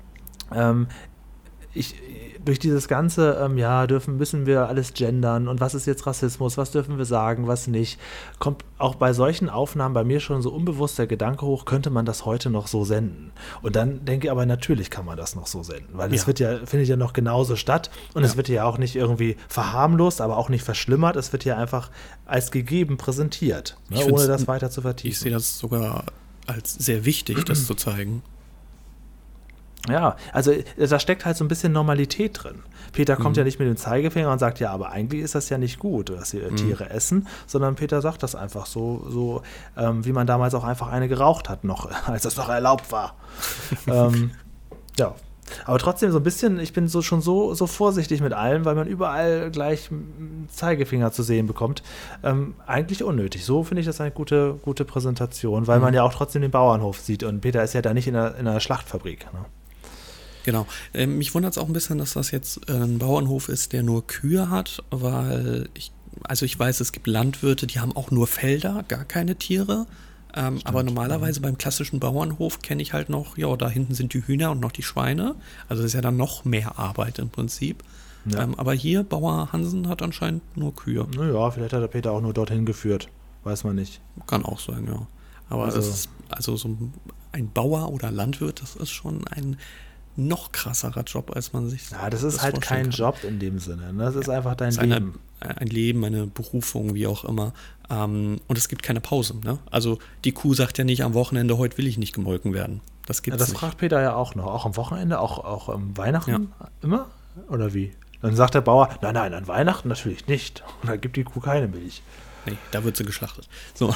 Durch dieses ganze, müssen wir alles gendern und was ist jetzt Rassismus, was dürfen wir sagen, was nicht, kommt auch bei solchen Aufnahmen bei mir schon so unbewusst der Gedanke hoch, könnte man das heute noch so senden? Und dann denke ich aber, natürlich kann man das noch so senden, weil es findet ja noch genauso statt und es wird ja auch nicht irgendwie verharmlost, aber auch nicht verschlimmert, es wird ja einfach als gegeben präsentiert, ohne das weiter zu vertiefen. Ich sehe das sogar als sehr wichtig, das zu zeigen. Ja, also da steckt halt so ein bisschen Normalität drin. Peter kommt ja nicht mit dem Zeigefinger und sagt, aber eigentlich ist das ja nicht gut, dass die Tiere essen, sondern Peter sagt das einfach so wie man damals auch einfach eine geraucht hat noch, als das noch erlaubt war. Aber trotzdem so ein bisschen, ich bin schon so vorsichtig mit allem, weil man überall gleich einen Zeigefinger zu sehen bekommt. Eigentlich unnötig. So finde ich das eine gute Präsentation, weil man ja auch trotzdem den Bauernhof sieht. Und Peter ist ja da nicht in einer Schlachtfabrik. Ne? Genau. Mich wundert es auch ein bisschen, dass das jetzt ein Bauernhof ist, der nur Kühe hat, weil ich weiß, es gibt Landwirte, die haben auch nur Felder, gar keine Tiere. Aber normalerweise beim klassischen Bauernhof kenne ich halt noch, ja, da hinten sind die Hühner und noch die Schweine. Also das ist ja dann noch mehr Arbeit im Prinzip. Ja. Aber hier, Bauer Hansen hat anscheinend nur Kühe. Naja, vielleicht hat der Peter auch nur dorthin geführt. Weiß man nicht. Kann auch sein, ja. Aber es ist, also so ein Bauer oder Landwirt, das ist schon ein noch krasserer Job, als man sich das ist halt kein Job in dem Sinne. Ne? Das ist einfach dein Leben. Ein Leben, eine Berufung, wie auch immer. Und es gibt keine Pause. Ne? Also die Kuh sagt ja nicht am Wochenende, heute will ich nicht gemolken werden. Das gibt's nicht. Das fragt Peter ja auch noch. Auch am Wochenende, auch am Weihnachten immer? Oder wie? Dann sagt der Bauer, nein, an Weihnachten natürlich nicht. Und dann gibt die Kuh keine Milch. Nee, da wird sie geschlachtet. So.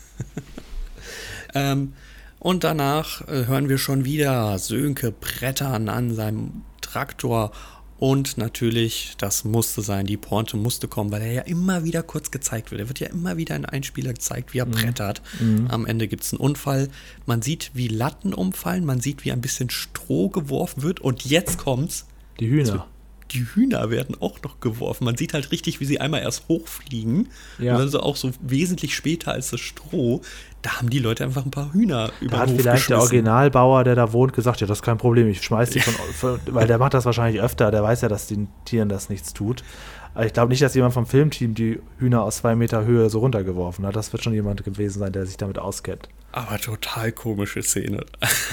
Und danach hören wir schon wieder Sönke brettern an seinem Traktor. Und natürlich, das musste sein, die Pointe musste kommen, weil er ja immer wieder kurz gezeigt wird. Er wird ja immer wieder in Einspieler gezeigt, wie er brettert. Am Ende gibt es einen Unfall. Man sieht, wie Latten umfallen, man sieht, wie ein bisschen Stroh geworfen wird. Und jetzt kommt's. Die Hühner. Die Hühner werden auch noch geworfen. Man sieht halt richtig, wie sie einmal erst hochfliegen. Ja. Und dann so auch so wesentlich später als das Stroh. Da haben die Leute einfach ein paar Hühner über den Hof Da hat vielleicht der Originalbauer, der da wohnt, gesagt, ja, das ist kein Problem, ich schmeiß die weil der macht das wahrscheinlich öfter, der weiß ja, dass den Tieren das nichts tut. Aber ich glaube nicht, dass jemand vom Filmteam die Hühner aus 2 Meter Höhe so runtergeworfen hat. Das wird schon jemand gewesen sein, der sich damit auskennt. Aber total komische Szene.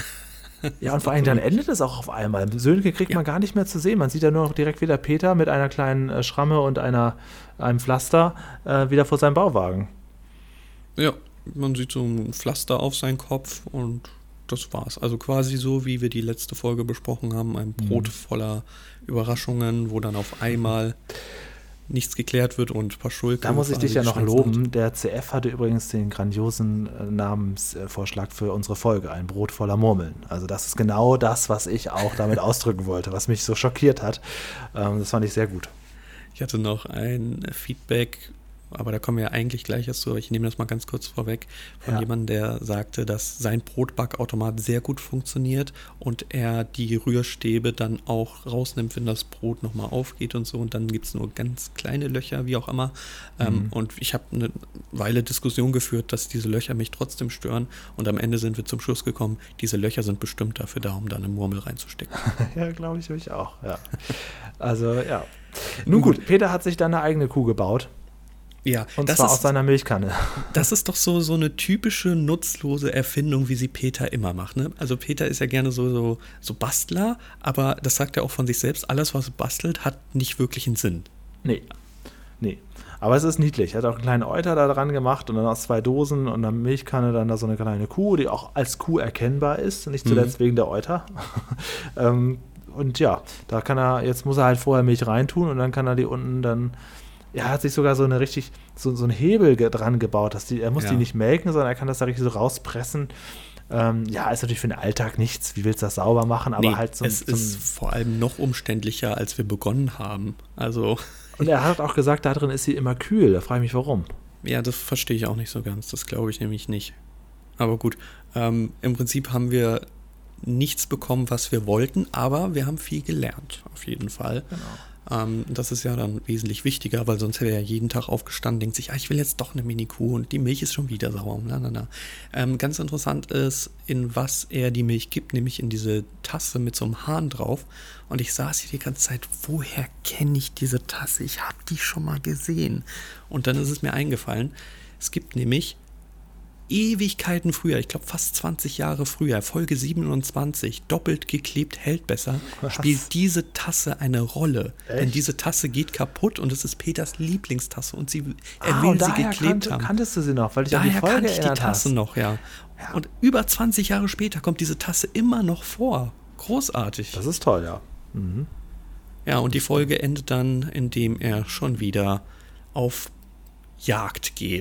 Ja, und vor allem dann endet es auch auf einmal. Sönke kriegt man gar nicht mehr zu sehen. Man sieht ja nur noch direkt wieder Peter mit einer kleinen Schramme und einem Pflaster wieder vor seinem Bauwagen. Ja, man sieht so ein Pflaster auf seinen Kopf und das war's. Also quasi so, wie wir die letzte Folge besprochen haben, ein Brot voller Überraschungen, wo dann auf einmal nichts geklärt wird und Paschulke. Da muss ich dich ja noch loben. Der CF hatte übrigens den grandiosen Namensvorschlag für unsere Folge, ein Brot voller Murmeln. Also das ist genau das, was ich auch damit ausdrücken wollte, was mich so schockiert hat. Das fand ich sehr gut. Ich hatte noch ein Feedback, aber da kommen wir ja eigentlich gleich erst zu. Ich nehme das mal ganz kurz vorweg von jemandem, der sagte, dass sein Brotbackautomat sehr gut funktioniert und er die Rührstäbe dann auch rausnimmt, wenn das Brot nochmal aufgeht und so. Und dann gibt es nur ganz kleine Löcher, wie auch immer. Und ich habe eine Weile Diskussion geführt, dass diese Löcher mich trotzdem stören. Und am Ende sind wir zum Schluss gekommen, diese Löcher sind bestimmt dafür da, um da eine Murmel reinzustecken. Ja, glaube ich auch. Ja. Also, ja. Nun gut, Peter hat sich dann eine eigene Kuh gebaut. Ja, und zwar aus seiner Milchkanne. Das ist doch so eine typische nutzlose Erfindung, wie sie Peter immer macht. Ne? Also Peter ist ja gerne so Bastler, aber das sagt er auch von sich selbst, alles, was er bastelt, hat nicht wirklich einen Sinn. Nee. Aber es ist niedlich. Er hat auch einen kleinen Euter da dran gemacht und dann aus 2 Dosen und einer Milchkanne dann da so eine kleine Kuh, die auch als Kuh erkennbar ist, nicht zuletzt wegen der Euter. Und ja, da jetzt muss er halt vorher Milch reintun und dann kann er die unten dann. Er hat sich sogar so einen Hebel dran gebaut, er muss die nicht melken, sondern er kann das da richtig so rauspressen. Ist natürlich für den Alltag nichts, wie willst du das sauber machen, aber halt es ist vor allem noch umständlicher, als wir begonnen haben. Also. Und er hat auch gesagt, da drin ist sie immer kühl, da frage ich mich, warum. Ja, das verstehe ich auch nicht so ganz, das glaube ich nämlich nicht. Aber gut, im Prinzip haben wir nichts bekommen, was wir wollten, aber wir haben viel gelernt, auf jeden Fall. Genau. Das ist ja dann wesentlich wichtiger, weil sonst hätte er ja jeden Tag aufgestanden, denkt sich, ich will jetzt doch eine Mini-Kuh und die Milch ist schon wieder sauer. Ganz interessant ist, in was er die Milch gibt, nämlich in diese Tasse mit so einem Hahn drauf. Und ich saß hier die ganze Zeit, woher kenne ich diese Tasse? Ich habe die schon mal gesehen. Und dann ist es mir eingefallen, es gibt nämlich Ewigkeiten früher, ich glaube fast 20 Jahre früher, Folge 27, doppelt geklebt hält besser, spielt diese Tasse eine Rolle. Echt? Denn diese Tasse geht kaputt und es ist Peters Lieblingstasse und er will sie geklebt haben. Kanntest du sie noch? Weil ich daher an die Folge kannte ich die Tasse noch, ja. Und über 20 Jahre später kommt diese Tasse immer noch vor. Großartig. Das ist toll, ja. Mhm. Ja, und die Folge endet dann, indem er schon wieder auf Jagd geht.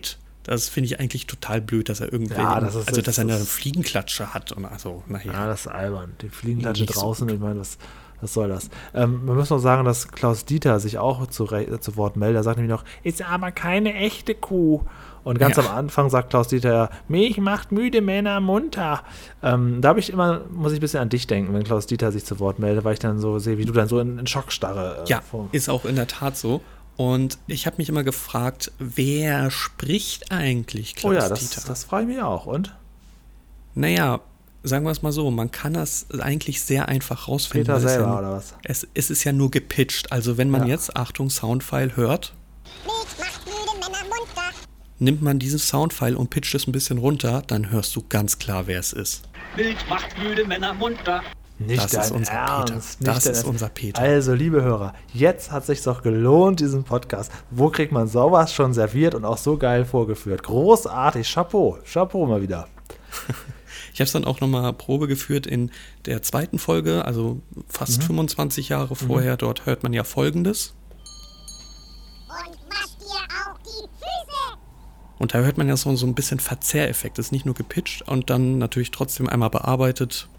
Das finde ich eigentlich total blöd, dass er irgendwie, dass er eine Fliegenklatsche hat und also nachher. Ja, das ist albern. Die Fliegenklatsche draußen, so ich meine, was soll das? Wir müssen noch sagen, dass Klaus Dieter sich auch zu Wort meldet. Er sagt nämlich noch, ist aber keine echte Kuh. Und ganz am Anfang sagt Klaus Dieter ja, Milch macht müde Männer munter. Da muss ich ein bisschen an dich denken, wenn Klaus Dieter sich zu Wort meldet, weil ich dann so sehe, wie du dann so in Schockstarre. Ist auch in der Tat so. Und ich habe mich immer gefragt, wer spricht eigentlich Klaus Dieter? Das frage ich mich auch. Und? Naja, sagen wir es mal so, man kann das eigentlich sehr einfach rausfinden. Peter selber, oder was? Es ist ja nur gepitcht. Also wenn man jetzt, Achtung, Soundfile hört, nimmt man diesen Soundfile und pitcht es ein bisschen runter, dann hörst du ganz klar, wer es ist. Milch macht müde Männer munter. Das ist unser Peter. Also, liebe Hörer, jetzt hat es sich doch gelohnt, diesen Podcast. Wo kriegt man sowas schon serviert und auch so geil vorgeführt? Großartig, Chapeau mal wieder. Ich habe es dann auch nochmal Probe geführt in der zweiten Folge, also fast 25 Jahre vorher. Dort hört man ja Folgendes. Und wasch dir auch die Füße. Und da hört man ja so ein bisschen Verzerreffekt. Das ist nicht nur gepitcht und dann natürlich trotzdem einmal bearbeitet.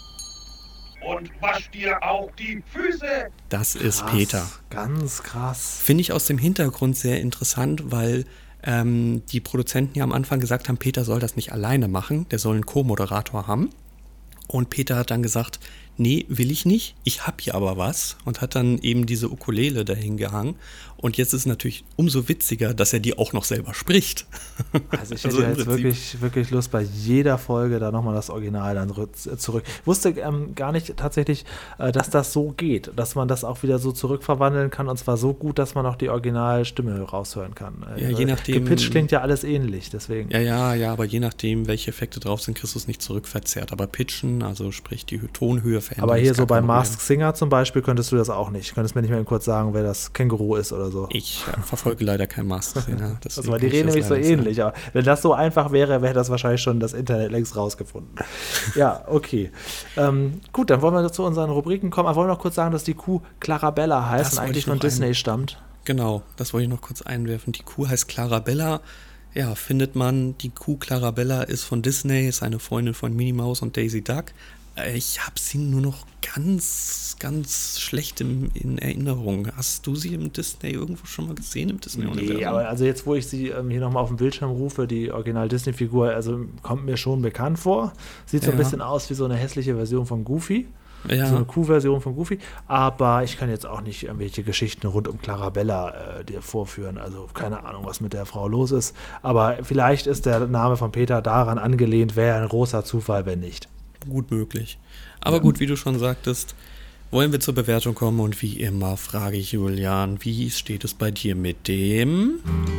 Und wasch dir auch die Füße. Das ist Peter. Ganz krass. Finde ich aus dem Hintergrund sehr interessant, weil die Produzenten ja am Anfang gesagt haben, Peter soll das nicht alleine machen, der soll einen Co-Moderator haben. Und Peter hat dann gesagt, nee, will ich nicht, ich hab hier aber was. Und hat dann eben diese Ukulele dahin gehangen. Und jetzt ist es natürlich umso witziger, dass er die auch noch selber spricht. Also ich hätte jetzt wirklich Lust, bei jeder Folge da nochmal das Original dann zurück. Ich wusste gar nicht tatsächlich, dass das so geht, dass man das auch wieder so zurückverwandeln kann und zwar so gut, dass man auch die Originalstimme raushören kann. Ja, je nachdem. Gepitcht klingt ja alles ähnlich, deswegen. Ja, aber je nachdem, welche Effekte drauf sind, kriegst du es nicht zurückverzerrt. Aber pitchen, also sprich die Tonhöhe verändern. Aber hier so bei Masked Singer zum Beispiel könntest du das auch nicht. Könntest mir nicht mehr kurz sagen, wer das Känguru ist oder so. Ich verfolge leider kein Masked Singer. Also die reden nämlich so ähnlich. Aber wenn das so einfach wäre, wäre das wahrscheinlich schon das Internet längst rausgefunden. Ja, okay. Gut, dann wollen wir zu unseren Rubriken kommen. Aber wollen wir noch kurz sagen, dass die Kuh Clarabella heißt und eigentlich von Disney stammt? Genau, das wollte ich noch kurz einwerfen. Die Kuh heißt Clarabella. Ja, findet man, die Kuh Clarabella ist von Disney, ist eine Freundin von Minnie Maus und Daisy Duck. Ich habe sie nur noch ganz, ganz schlecht in Erinnerung. Hast du sie im Disney irgendwo schon mal gesehen, im Disney-Universum? Nee, aber also jetzt, wo ich sie hier nochmal auf dem Bildschirm rufe, die Original-Disney-Figur, also kommt mir schon bekannt vor. Sieht so ein bisschen aus wie so eine hässliche Version von Goofy. Ja. So eine Kuh-Version von Goofy. Aber ich kann jetzt auch nicht irgendwelche Geschichten rund um Clarabella dir vorführen. Also keine Ahnung, was mit der Frau los ist. Aber vielleicht ist der Name von Peter daran angelehnt, wäre ein großer Zufall, wenn nicht. Gut möglich. Aber gut, wie du schon sagtest, wollen wir zur Bewertung kommen und wie immer frage ich Julian, wie steht es bei dir mit dem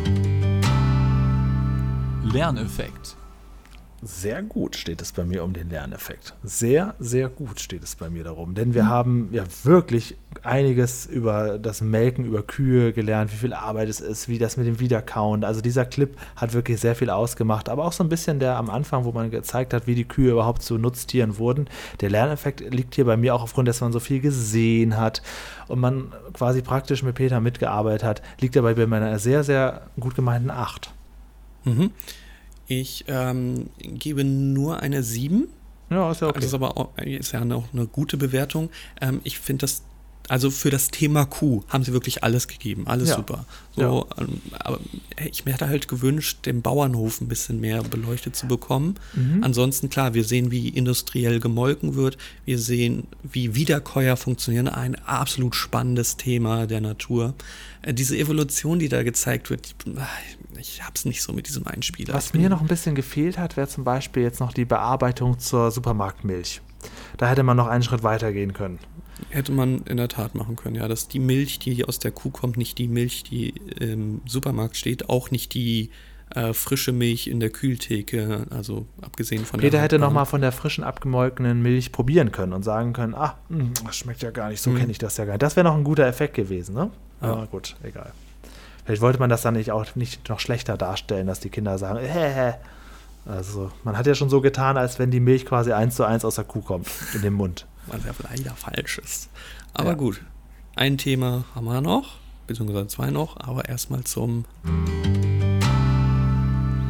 Lerneffekt? Sehr gut steht es bei mir um den Lerneffekt. Sehr, sehr gut steht es bei mir darum. Denn wir haben ja wirklich einiges über das Melken, über Kühe gelernt, wie viel Arbeit es ist, wie das mit dem Wiederkauen. Also dieser Clip hat wirklich sehr viel ausgemacht. Aber auch so ein bisschen der am Anfang, wo man gezeigt hat, wie die Kühe überhaupt zu Nutztieren wurden. Der Lerneffekt liegt hier bei mir auch aufgrund, dass man so viel gesehen hat und man quasi praktisch mit Peter mitgearbeitet hat, liegt dabei bei meiner sehr, sehr gut gemeinten 8. Mhm. Ich gebe nur eine 7. Ja, ist ja okay. Das ist aber auch, ist ja auch eine gute Bewertung. Ich finde das, also für das Thema Kuh haben sie wirklich alles gegeben, alles super. So, aber ich mir hätte halt gewünscht, den Bauernhof ein bisschen mehr beleuchtet zu bekommen. Ansonsten, klar, wir sehen, wie industriell gemolken wird. Wir sehen, wie Wiederkäuer funktionieren. Ein absolut spannendes Thema der Natur. Diese Evolution, die da gezeigt wird, ich hab's nicht so mit diesem Einspieler. Was mir noch ein bisschen gefehlt hat, wäre zum Beispiel jetzt noch die Bearbeitung zur Supermarktmilch. Da hätte man noch einen Schritt weiter gehen können. Hätte man in der Tat machen können, ja. Dass die Milch, die aus der Kuh kommt, nicht die Milch, die im Supermarkt steht, auch nicht die frische Milch in der Kühltheke, also abgesehen von Peter hätte nochmal von der frischen, abgemolkenen Milch probieren können und sagen können, das schmeckt ja gar nicht, so kenne ich das ja gar nicht. Das wäre noch ein guter Effekt gewesen, ne? Ja. Aber gut, egal. Vielleicht wollte man das dann nicht noch schlechter darstellen, dass die Kinder sagen, Also man hat ja schon so getan, als wenn die Milch quasi 1:1 aus der Kuh kommt, in den Mund. Was ja leider falsch ist. Aber gut, ein Thema haben wir noch, beziehungsweise 2 noch, aber erstmal zum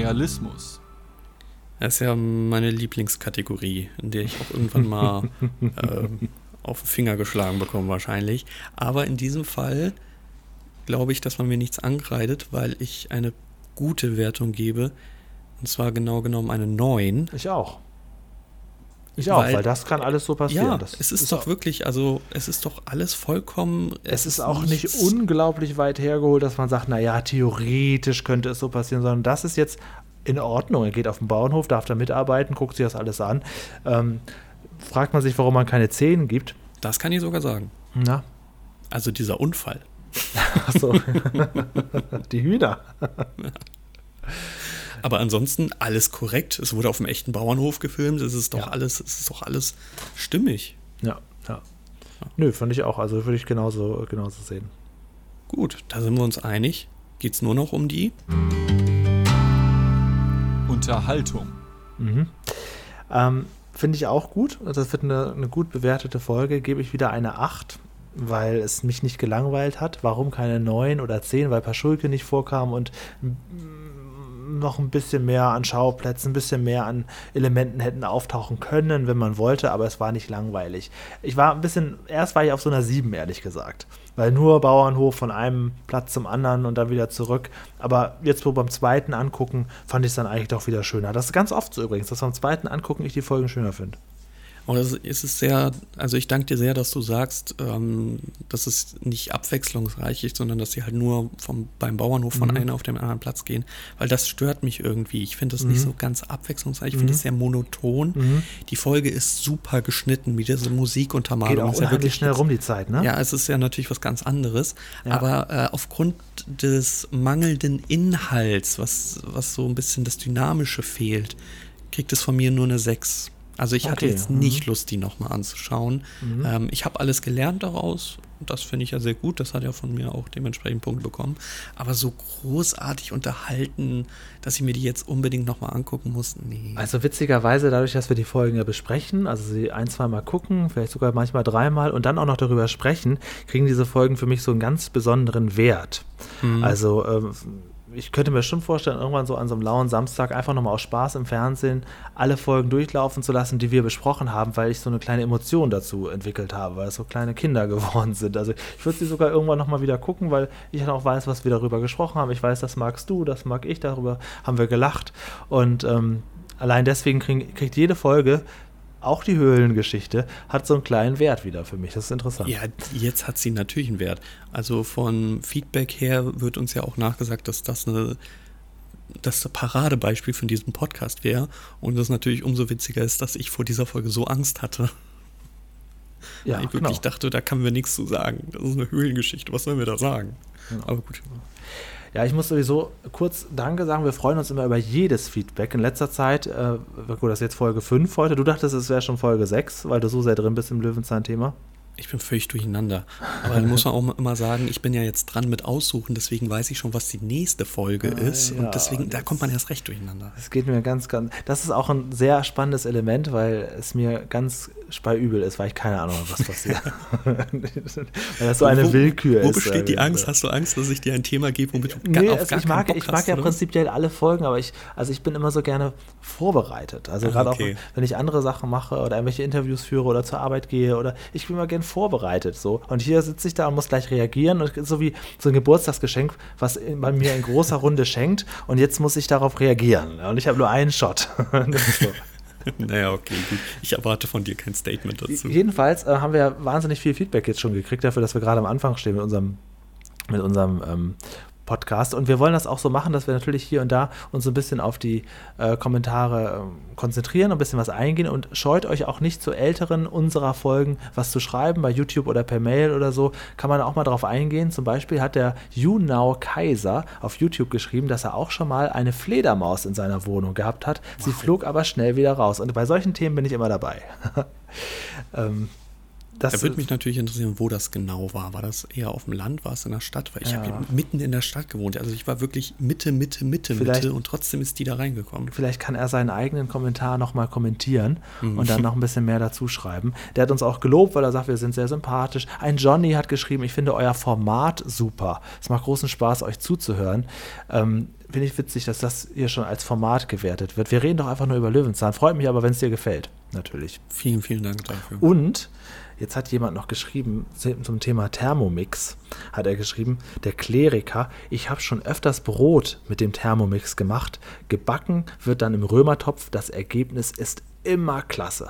Realismus. Das ist ja meine Lieblingskategorie, in der ich auch irgendwann mal auf den Finger geschlagen bekomme wahrscheinlich. Aber in diesem Fall glaube ich, dass man mir nichts ankreidet, weil ich eine gute Wertung gebe. Und zwar genau genommen eine 9. Ich auch. Weil das kann alles so passieren. Ja, das es ist doch wirklich, also es ist doch alles vollkommen... Es ist auch nicht unglaublich weit hergeholt, dass man sagt, naja, theoretisch könnte es so passieren, sondern das ist jetzt in Ordnung. Er geht auf den Bauernhof, darf da mitarbeiten, guckt sich das alles an. Fragt man sich, warum man keine 10 gibt. Das kann ich sogar sagen. Na? Also dieser Unfall. Achso. Die Hühner. Aber ansonsten alles korrekt. Es wurde auf dem echten Bauernhof gefilmt. Es ist doch alles stimmig. Ja. Nö, fand ich auch. Also würde ich genauso sehen. Gut, da sind wir uns einig. Geht's nur noch um die Unterhaltung. Finde ich auch gut. Also das wird eine gut bewertete Folge. Gebe ich wieder eine 8, weil es mich nicht gelangweilt hat. Warum keine 9 oder 10? Weil Paschulke nicht vorkam und noch ein bisschen mehr an Schauplätzen, ein bisschen mehr an Elementen hätten auftauchen können, wenn man wollte, aber es war nicht langweilig. Erst war ich auf so einer 7, ehrlich gesagt, weil nur Bauernhof von einem Platz zum anderen und dann wieder zurück, aber jetzt wo beim zweiten Angucken, fand ich es dann eigentlich doch wieder schöner. Das ist ganz oft so übrigens, dass beim zweiten Angucken ich die Folgen schöner finde. Und es ist sehr, also ich danke dir sehr, dass du sagst, dass es nicht abwechslungsreich ist, sondern dass sie halt nur beim Bauernhof von einem auf den anderen Platz gehen, weil das stört mich irgendwie. Ich finde das nicht so ganz abwechslungsreich, ich finde es sehr monoton. Die Folge ist super geschnitten, mit dieser Musikuntermalung. Geht auch ist ja wirklich schnell rum die Zeit, ne? Ja, es ist ja natürlich was ganz anderes, aber aufgrund des mangelnden Inhalts, was so ein bisschen das Dynamische fehlt, kriegt es von mir nur eine 6. Also ich hatte jetzt nicht Lust, die nochmal anzuschauen. Ich habe alles gelernt daraus. Das finde ich ja sehr gut. Das hat ja von mir auch dementsprechend Punkte bekommen. Aber so großartig unterhalten, dass ich mir die jetzt unbedingt nochmal angucken muss, nee. Also witzigerweise, dadurch, dass wir die Folgen ja besprechen, also sie 1-2 Mal gucken, vielleicht sogar manchmal 3 Mal und dann auch noch darüber sprechen, kriegen diese Folgen für mich so einen ganz besonderen Wert. Also ich könnte mir schon vorstellen, irgendwann so an so einem lauen Samstag einfach nochmal aus Spaß im Fernsehen alle Folgen durchlaufen zu lassen, die wir besprochen haben, weil ich so eine kleine Emotion dazu entwickelt habe, weil es so kleine Kinder geworden sind. Also ich würde sie sogar irgendwann nochmal wieder gucken, weil ich dann auch weiß, was wir darüber gesprochen haben. Ich weiß, das magst du, das mag ich, darüber haben wir gelacht. Und allein deswegen kriegt jede Folge, auch die Höhlengeschichte, hat so einen kleinen Wert wieder für mich. Das ist interessant. Ja, jetzt hat sie natürlich einen Wert. Also von Feedback her wird uns ja auch nachgesagt, dass das Paradebeispiel von diesem Podcast wäre. Und das natürlich umso witziger ist, dass ich vor dieser Folge so Angst hatte. Ja, ich wirklich dachte, da können wir nichts zu sagen. Das ist eine Höhlengeschichte. Was sollen wir da sagen? Genau. Aber gut. Ja, ich muss sowieso kurz Danke sagen. Wir freuen uns immer über jedes Feedback. In letzter Zeit, gut, das ist jetzt Folge 5 heute. Du dachtest, es wäre schon Folge 6, weil du so sehr drin bist im Löwenzahn-Thema. Ich bin völlig durcheinander. Aber dann muss man auch immer sagen, ich bin ja jetzt dran mit Aussuchen, deswegen weiß ich schon, was die nächste Folge ist. Ja, und deswegen, da kommt man erst recht durcheinander. Das geht mir ganz, das ist auch ein sehr spannendes Element, weil es mir ganz speiübel ist, weil ich keine Ahnung habe, was passiert. Weil das so eine Willkür ist. Wo besteht die Angst? Hast du Angst, dass ich dir ein Thema gebe, womit du ich mag ja prinzipiell alle Folgen, aber ich bin immer so gerne vorbereitet. Also gerade auch, wenn ich andere Sachen mache oder irgendwelche Interviews führe oder zur Arbeit gehe oder ich bin immer gerne vorbereitet so. Und hier sitze ich da und muss gleich reagieren und so wie so ein Geburtstagsgeschenk, was bei mir in großer Runde schenkt und jetzt muss ich darauf reagieren. Und ich habe nur einen Shot. Das ist so. Naja, okay, gut. Ich erwarte von dir kein Statement dazu. Jedenfalls haben wir wahnsinnig viel Feedback jetzt schon gekriegt dafür, dass wir gerade am Anfang stehen mit unserem Podcast. Und wir wollen das auch so machen, dass wir natürlich hier und da uns so ein bisschen auf die Kommentare konzentrieren und ein bisschen was eingehen und scheut euch auch nicht zu älteren unserer Folgen was zu schreiben, bei YouTube oder per Mail oder so, kann man auch mal drauf eingehen. Zum Beispiel hat der YouNow Kaiser auf YouTube geschrieben, dass er auch schon mal eine Fledermaus in seiner Wohnung gehabt hat. Sie flog aber schnell wieder raus. Und bei solchen Themen bin ich immer dabei. Da würde mich natürlich interessieren, wo das genau war. War das eher auf dem Land, war es in der Stadt? Weil ich habe mitten in der Stadt gewohnt. Also ich war wirklich Mitte und trotzdem ist die da reingekommen. Vielleicht kann er seinen eigenen Kommentar nochmal kommentieren und dann noch ein bisschen mehr dazu schreiben. Der hat uns auch gelobt, weil er sagt, wir sind sehr sympathisch. Ein Johnny hat geschrieben, ich finde euer Format super. Es macht großen Spaß, euch zuzuhören. Finde ich witzig, dass das hier schon als Format gewertet wird. Wir reden doch einfach nur über Löwenzahn. Freut mich aber, wenn es dir gefällt. Natürlich. Vielen, vielen Dank dafür. Und jetzt hat jemand noch geschrieben, zum Thema Thermomix, hat er geschrieben, der Kleriker, ich habe schon öfters Brot mit dem Thermomix gemacht. Gebacken wird dann im Römertopf. Das Ergebnis ist immer klasse.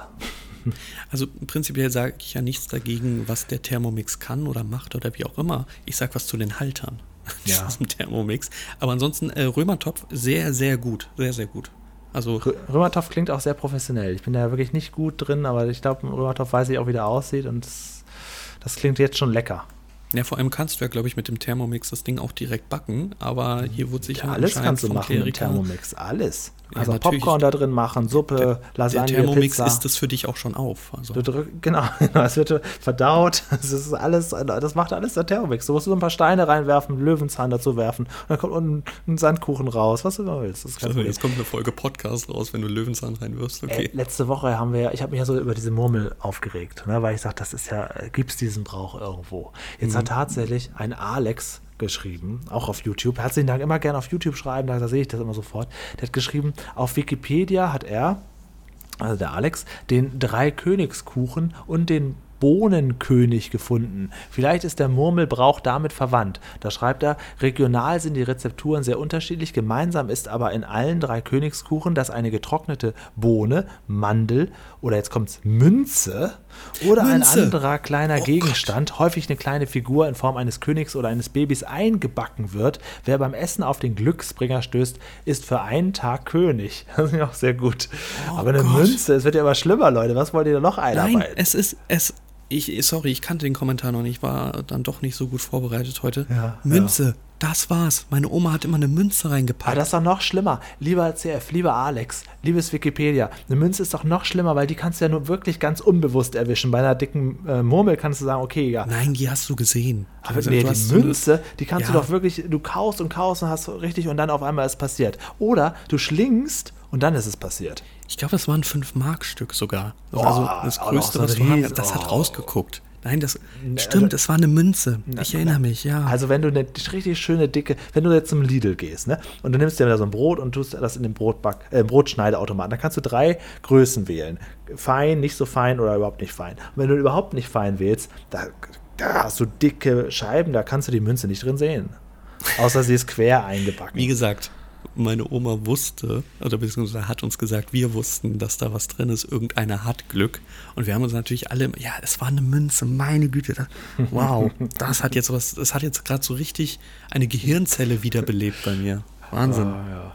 Also prinzipiell sage ich ja nichts dagegen, was der Thermomix kann oder macht oder wie auch immer. Ich sage was zu den Haltern diesem Thermomix. Aber ansonsten Römertopf sehr, sehr gut. Sehr, sehr gut. Also Römertopf klingt auch sehr professionell. Ich bin da wirklich nicht gut drin, aber ich glaube, im Römertopf weiß ich auch, wie der aussieht und das klingt jetzt schon lecker. Ja, vor allem kannst du ja, glaube ich, mit dem Thermomix das Ding auch direkt backen, aber hier wurde sich alles kannst du machen mit Thermomix, alles. Also ja, Popcorn da drin machen, Suppe, Lasagne, der Thermomix Pizza. Ist das für dich auch schon auf. Also. Genau, es wird verdaut, das ist alles, das macht alles der Thermomix. Du musst so ein paar Steine reinwerfen, Löwenzahn dazu werfen und dann kommt unten ein Sandkuchen raus, was du immer willst. Das ist also jetzt kommt eine Folge Podcast raus, wenn du Löwenzahn reinwirfst, okay. Letzte Woche ich habe mich ja so über diese Murmel aufgeregt, ne, weil ich sage, das ist ja, gibt es diesen Brauch irgendwo. Jetzt hat tatsächlich ein Alex geschrieben, auch auf YouTube. Herzlichen Dank, immer gerne auf YouTube schreiben, da sehe ich das immer sofort. Der hat geschrieben, auf Wikipedia hat er, also der Alex, den 3-Königskuchen und den Bohnenkönig gefunden. Vielleicht ist der Murmelbrauch damit verwandt. Da schreibt er, regional sind die Rezepturen sehr unterschiedlich, gemeinsam ist aber in allen 3 Königskuchen, dass eine getrocknete Bohne, Mandel oder jetzt kommt's Münze oder ein anderer kleiner Gegenstand, häufig eine kleine Figur in Form eines Königs oder eines Babys eingebacken wird. Wer beim Essen auf den Glücksbringer stößt, ist für einen Tag König. Das ist ja auch sehr gut. Aber eine Münze, es wird ja immer schlimmer, Leute. Was wollt ihr da noch einarbeiten? Nein, sorry, ich kannte den Kommentar noch nicht, war dann doch nicht so gut vorbereitet heute. Münze, das war's. Meine Oma hat immer eine Münze reingepackt. Aber das ist doch noch schlimmer. Lieber CF, lieber Alex, liebes Wikipedia, eine Münze ist doch noch schlimmer, weil die kannst du ja nur wirklich ganz unbewusst erwischen. Bei einer dicken Murmel kannst du sagen, okay, ja. Nein, die hast du gesehen. Aber nee, die Münze, die kannst du doch wirklich, du kaust und hast richtig und dann auf einmal ist es passiert. Oder du schlingst und dann ist es passiert. Ich glaube, das war ein 5-Mark-Stück sogar. Das Größte, was wir haben, das hat rausgeguckt. Nein, das stimmt, es war eine Münze. Ich erinnere mich, ja. Also wenn du eine richtig schöne, dicke, wenn du jetzt zum Lidl gehst, ne, und du nimmst dir da so ein Brot und tust das in den Brotschneideautomaten, dann kannst du 3 Größen wählen. Fein, nicht so fein oder überhaupt nicht fein. Und wenn du überhaupt nicht fein wählst, da hast du dicke Scheiben, da kannst du die Münze nicht drin sehen. Außer sie ist quer eingebacken. Wie gesagt, meine Oma wusste, oder beziehungsweise hat uns gesagt, wir wussten, dass da was drin ist, irgendeiner hat Glück. Und wir haben uns natürlich alle, ja, es war eine Münze, meine Güte, wow, das hat jetzt gerade so richtig eine Gehirnzelle wiederbelebt bei mir. Wahnsinn.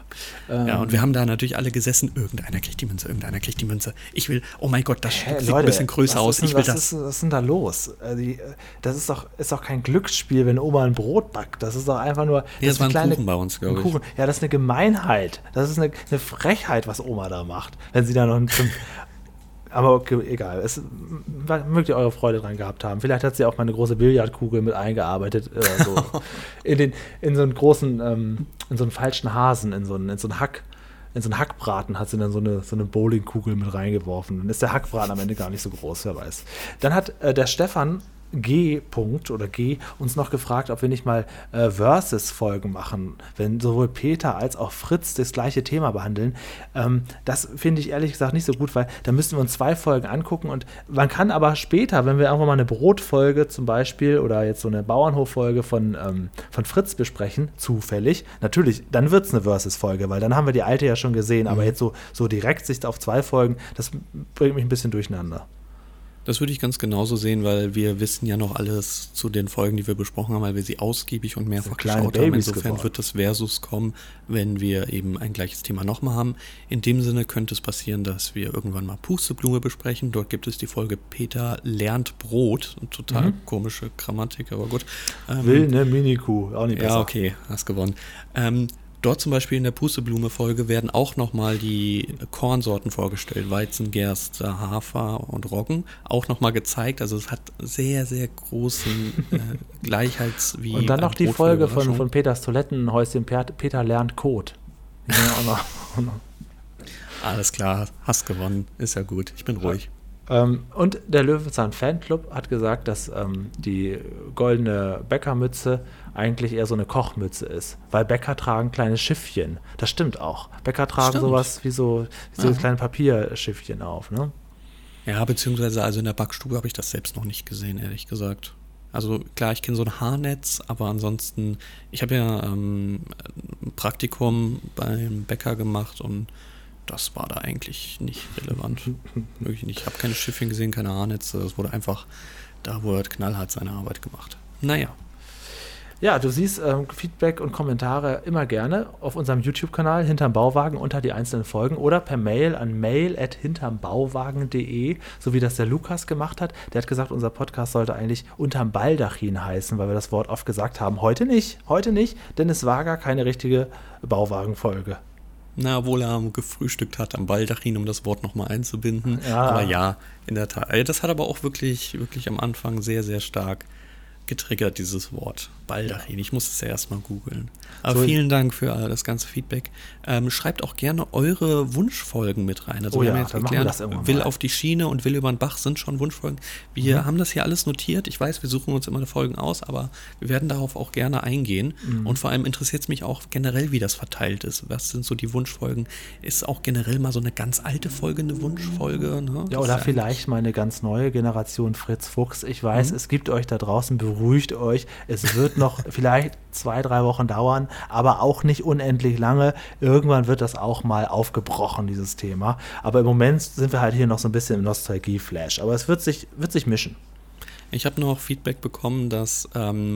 Ja, und wir haben da natürlich alle gesessen, irgendeiner kriegt die Münze. Ich will, oh mein Gott, das sieht ein bisschen größer aus. Was ist denn da los? Das ist doch kein Glücksspiel, wenn Oma ein Brot backt. Das ist doch einfach nur... Nee, das war ein Kuchen bei uns, glaube ich. Ja, das ist eine Gemeinheit. Das ist eine Frechheit, was Oma da macht. Wenn sie da noch aber okay, egal. Mögt ihr eure Freude dran gehabt haben. Vielleicht hat sie auch mal eine große Billardkugel mit eingearbeitet. So. in so einen großen, in so einen falschen Hasen, in so einen Hackbraten hat sie dann so eine Bowlingkugel mit reingeworfen. Dann ist der Hackbraten am Ende gar nicht so groß, wer weiß. Dann hat der Stefan G. uns noch gefragt, ob wir nicht mal Versus-Folgen machen, wenn sowohl Peter als auch Fritz das gleiche Thema behandeln. Das finde ich ehrlich gesagt nicht so gut, weil da müssen wir uns 2 Folgen angucken und man kann aber später, wenn wir irgendwann mal eine Brotfolge zum Beispiel oder jetzt so eine Bauernhoffolge von Fritz besprechen, zufällig, natürlich, dann wird es eine Versus-Folge, weil dann haben wir die alte ja schon gesehen, aber jetzt so direkt sich auf 2 Folgen, das bringt mich ein bisschen durcheinander. Das würde ich ganz genauso sehen, weil wir wissen ja noch alles zu den Folgen, die wir besprochen haben, weil wir sie ausgiebig und mehrfach geschaut haben. Insofern wird das Versus kommen, wenn wir eben ein gleiches Thema nochmal haben. In dem Sinne könnte es passieren, dass wir irgendwann mal Pusteblume besprechen. Dort gibt es die Folge Peter lernt Brot. Total komische Grammatik, aber gut. Will eine Mini-Kuh, auch nicht besser. Ja, okay, hast gewonnen. Dort zum Beispiel in der Pusteblume-Folge werden auch nochmal die Kornsorten vorgestellt. Weizen, Gerste, Hafer und Roggen. Auch nochmal gezeigt. Also es hat sehr, sehr großen Gleichheits- wie Und dann noch die Brot Folge für Überraschung. von Peters Toilettenhäuschen, Peter lernt Code. Ja, auch noch. Alles klar, hast gewonnen. Ist ja gut. Ich bin ruhig. Und der Löwenzahn Fanclub hat gesagt, dass die goldene Bäckermütze eigentlich eher so eine Kochmütze ist, weil Bäcker tragen kleine Schiffchen. Das stimmt auch. Bäcker tragen sowas wie so kleine Papierschiffchen auf, ne? Ja, beziehungsweise also in der Backstube habe ich das selbst noch nicht gesehen, ehrlich gesagt. Also klar, ich kenne so ein Haarnetz, aber ansonsten, ich habe ja ein Praktikum beim Bäcker gemacht und das war da eigentlich nicht relevant. Wirklich nicht. Ich habe keine Schiffchen gesehen, keine Haarnetze. Es wurde einfach, da wurde knallhart seine Arbeit gemacht. Naja. Ja, du siehst Feedback und Kommentare immer gerne auf unserem YouTube-Kanal Hinterm Bauwagen unter die einzelnen Folgen oder per Mail an mail@hintermbauwagen.de, so wie das der Lukas gemacht hat. Der hat gesagt, unser Podcast sollte eigentlich Unterm Baldachin heißen, weil wir das Wort oft gesagt haben. Heute nicht, denn es war gar keine richtige Bauwagen-Folge. Na, obwohl er gefrühstückt hat am Baldachin, um das Wort nochmal einzubinden. Ja. Aber ja, in der Tat. Das hat aber auch wirklich, wirklich am Anfang sehr, sehr stark getriggert, dieses Wort. Baldachin. Ich muss es ja erstmal googeln. Aber So, vielen Dank für das ganze Feedback. Schreibt auch gerne eure Wunschfolgen mit rein. Also Oh wir ja, haben jetzt dann machen wir erklärt, das irgendwann Will mal. auf die Schiene und Will über den Bach sind schon Wunschfolgen. Wir haben das hier alles notiert. Ich weiß, wir suchen uns immer Folgen aus, aber wir werden darauf auch gerne eingehen. Und vor allem interessiert es mich auch generell, wie das verteilt ist. Was sind so die Wunschfolgen? Ist auch generell mal so eine ganz alte Folge eine Wunschfolge? Ne? Ja, Das oder ist vielleicht mal eine ganz neue Generation Fritz Fuchs. Ich weiß, es gibt euch da draußen, beruhigt euch. Es wird noch vielleicht 2-3 Wochen dauern, aber auch nicht unendlich lange. Irgendwann wird das auch mal aufgebrochen, dieses Thema. Aber im Moment sind wir halt hier noch so ein bisschen im Nostalgie-Flash. Aber es wird sich mischen. Ich habe noch Feedback bekommen, dass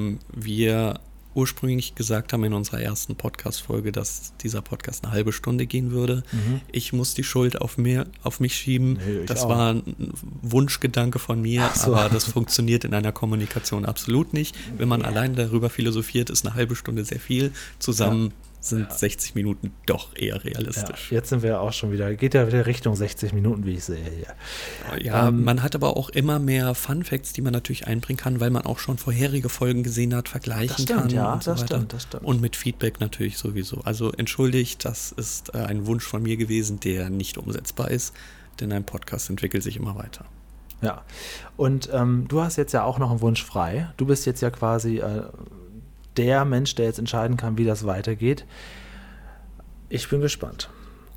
wir ursprünglich gesagt haben in unserer ersten Podcast-Folge, dass dieser Podcast eine halbe Stunde gehen würde. Ich muss die Schuld auf mich schieben. Nee, ich das auch. war ein Wunschgedanke von mir, Ach so. aber das funktioniert in einer Kommunikation absolut nicht. Wenn man allein darüber philosophiert, ist eine halbe Stunde sehr viel. Zusammen sind 60 Minuten doch eher Ja, realistisch. jetzt sind wir auch schon wieder, geht ja wieder Richtung 60 Minuten, wie ich sehe hier. Ja, man hat aber auch immer mehr Funfacts, die man natürlich einbringen kann, weil man auch schon vorherige Folgen gesehen hat, vergleichen Das stimmt, kann ja, und so das weiter. stimmt, das stimmt. Und mit Feedback natürlich sowieso. Also entschuldigt, das ist ein Wunsch von mir gewesen, der nicht umsetzbar ist, denn ein Podcast entwickelt sich immer weiter. Ja, und du hast jetzt ja auch noch einen Wunsch frei. Du bist jetzt ja quasi der Mensch, der jetzt entscheiden kann, wie das weitergeht. Ich bin gespannt.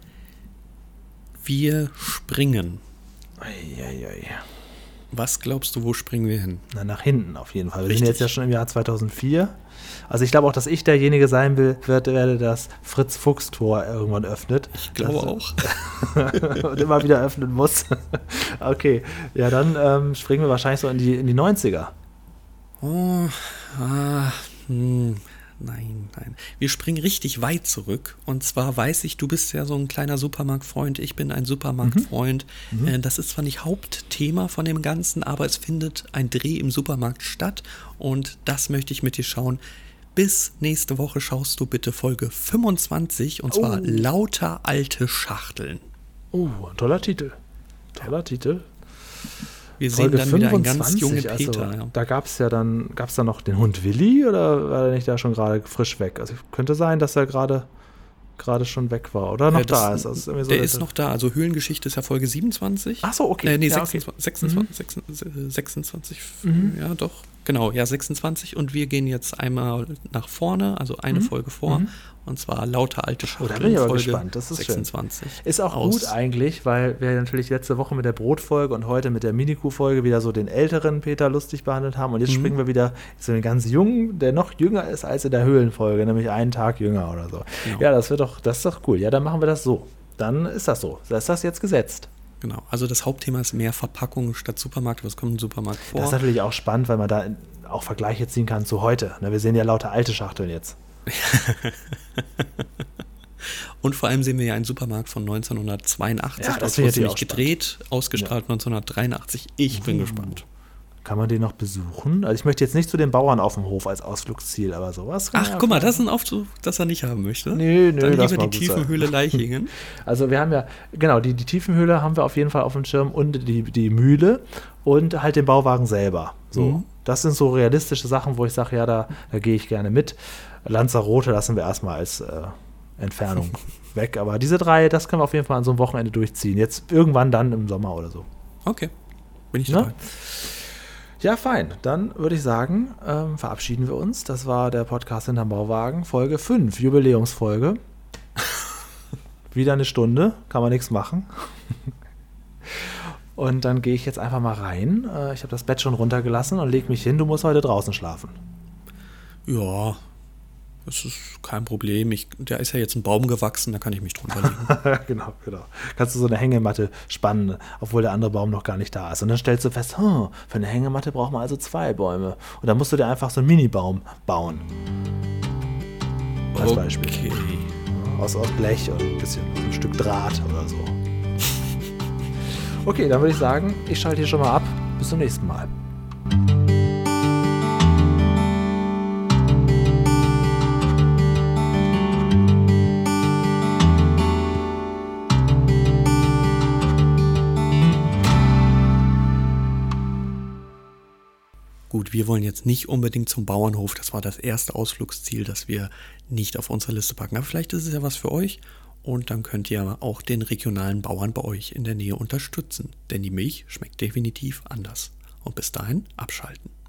Wir springen. Eieiei. Was glaubst du, wo springen wir hin? Na, nach hinten auf jeden Fall. Wir Richtig. sind jetzt ja schon im Jahr 2004. Also ich glaube auch, dass ich derjenige sein werde, das Fritz-Fuchs-Tor irgendwann öffnet. Ich glaube auch. Und immer wieder öffnen muss. Okay, ja, dann springen wir wahrscheinlich so in die 90er. Nein. Wir springen richtig weit zurück. Und zwar weiß ich, du bist ja so ein kleiner Supermarktfreund, ich bin ein Supermarktfreund. Das ist zwar nicht Hauptthema von dem Ganzen, aber es findet ein Dreh im Supermarkt statt. Und das möchte ich mit dir schauen. Bis nächste Woche schaust du bitte Folge 25, und zwar Lauter alte Schachteln. Toller Titel. Toller Titel. Wir sehen dann wieder einen ganz jungen also, Peter. Ja. Da gab es dann noch den Hund Willi, oder war er nicht da schon gerade frisch weg? Also könnte sein, dass er gerade schon weg war oder noch da ist. Also irgendwie so der ist noch da. Also Höhlengeschichte ist ja Folge 27. Ach so, okay. Nee, Ja, 26. Ja, doch. Genau, ja, 26. Und wir gehen jetzt einmal nach vorne, also eine Folge vor. Und zwar Lauter alte Schachteln. da bin ich aber Folge gespannt. Das ist 26. schön. Ist auch gut eigentlich, weil wir natürlich letzte Woche mit der Brotfolge und heute mit der Minikuh-Folge wieder so den älteren Peter lustig behandelt haben. Und jetzt springen wir wieder zu den ganz jungen, der noch jünger ist als in der Höhlenfolge, nämlich einen Tag jünger oder so. Genau. Ja, das ist doch cool. Ja, dann machen wir das so. Dann ist das so. Da ist das jetzt gesetzt. Genau, also das Hauptthema ist mehr Verpackung statt Supermarkt. Was kommt im Supermarkt vor? Das ist natürlich auch spannend, weil man da auch Vergleiche ziehen kann zu heute. Ne, wir sehen ja lauter alte Schachteln jetzt. Und vor allem sehen wir ja einen Supermarkt von 1982. Ja, das das finde wurde ich nämlich auch gedreht, ausgestrahlt 1983. Ich bin gespannt. Kann man den noch besuchen? Also ich möchte jetzt nicht zu den Bauern auf dem Hof als Ausflugsziel, aber sowas. Ach, guck mal, das ist ein Aufzug, das er nicht haben möchte. Nö, Dann das lieber mag die gut sein. Tiefenhöhle Leichingen. Also wir haben ja, genau, die Tiefenhöhle haben wir auf jeden Fall auf dem Schirm und die Mühle und halt den Bauwagen selber. So, Mhm. Das sind so realistische Sachen, wo ich sage, ja, da gehe ich gerne mit. Lanzarote lassen wir erstmal als Entfernung weg. Aber diese 3, das können wir auf jeden Fall an so einem Wochenende durchziehen. Jetzt irgendwann dann im Sommer oder so. Okay, bin ich Ne? dabei. Ja, fein. Dann würde ich sagen, verabschieden wir uns. Das war der Podcast hinterm Bauwagen, Folge 5, Jubiläumsfolge. Wieder eine Stunde, kann man nichts machen. Und dann gehe ich jetzt einfach mal rein. Ich habe das Bett schon runtergelassen und lege mich hin. Du musst heute draußen schlafen. Ja, das ist kein Problem. Da ist ja jetzt ein Baum gewachsen, da kann ich mich drunter legen. Genau. Kannst du so eine Hängematte spannen, obwohl der andere Baum noch gar nicht da ist. Und dann stellst du fest, für eine Hängematte braucht man also 2 Bäume. Und dann musst du dir einfach so einen Mini-Baum bauen. Als Beispiel. Okay. Aus Blech und ein Stück Draht oder so. Okay, dann würde ich sagen, ich schalte hier schon mal ab. Bis zum nächsten Mal. Gut, wir wollen jetzt nicht unbedingt zum Bauernhof. Das war das erste Ausflugsziel, das wir nicht auf unsere Liste packen. Aber vielleicht ist es ja was für euch. Und dann könnt ihr auch den regionalen Bauern bei euch in der Nähe unterstützen. Denn die Milch schmeckt definitiv anders. Und bis dahin abschalten.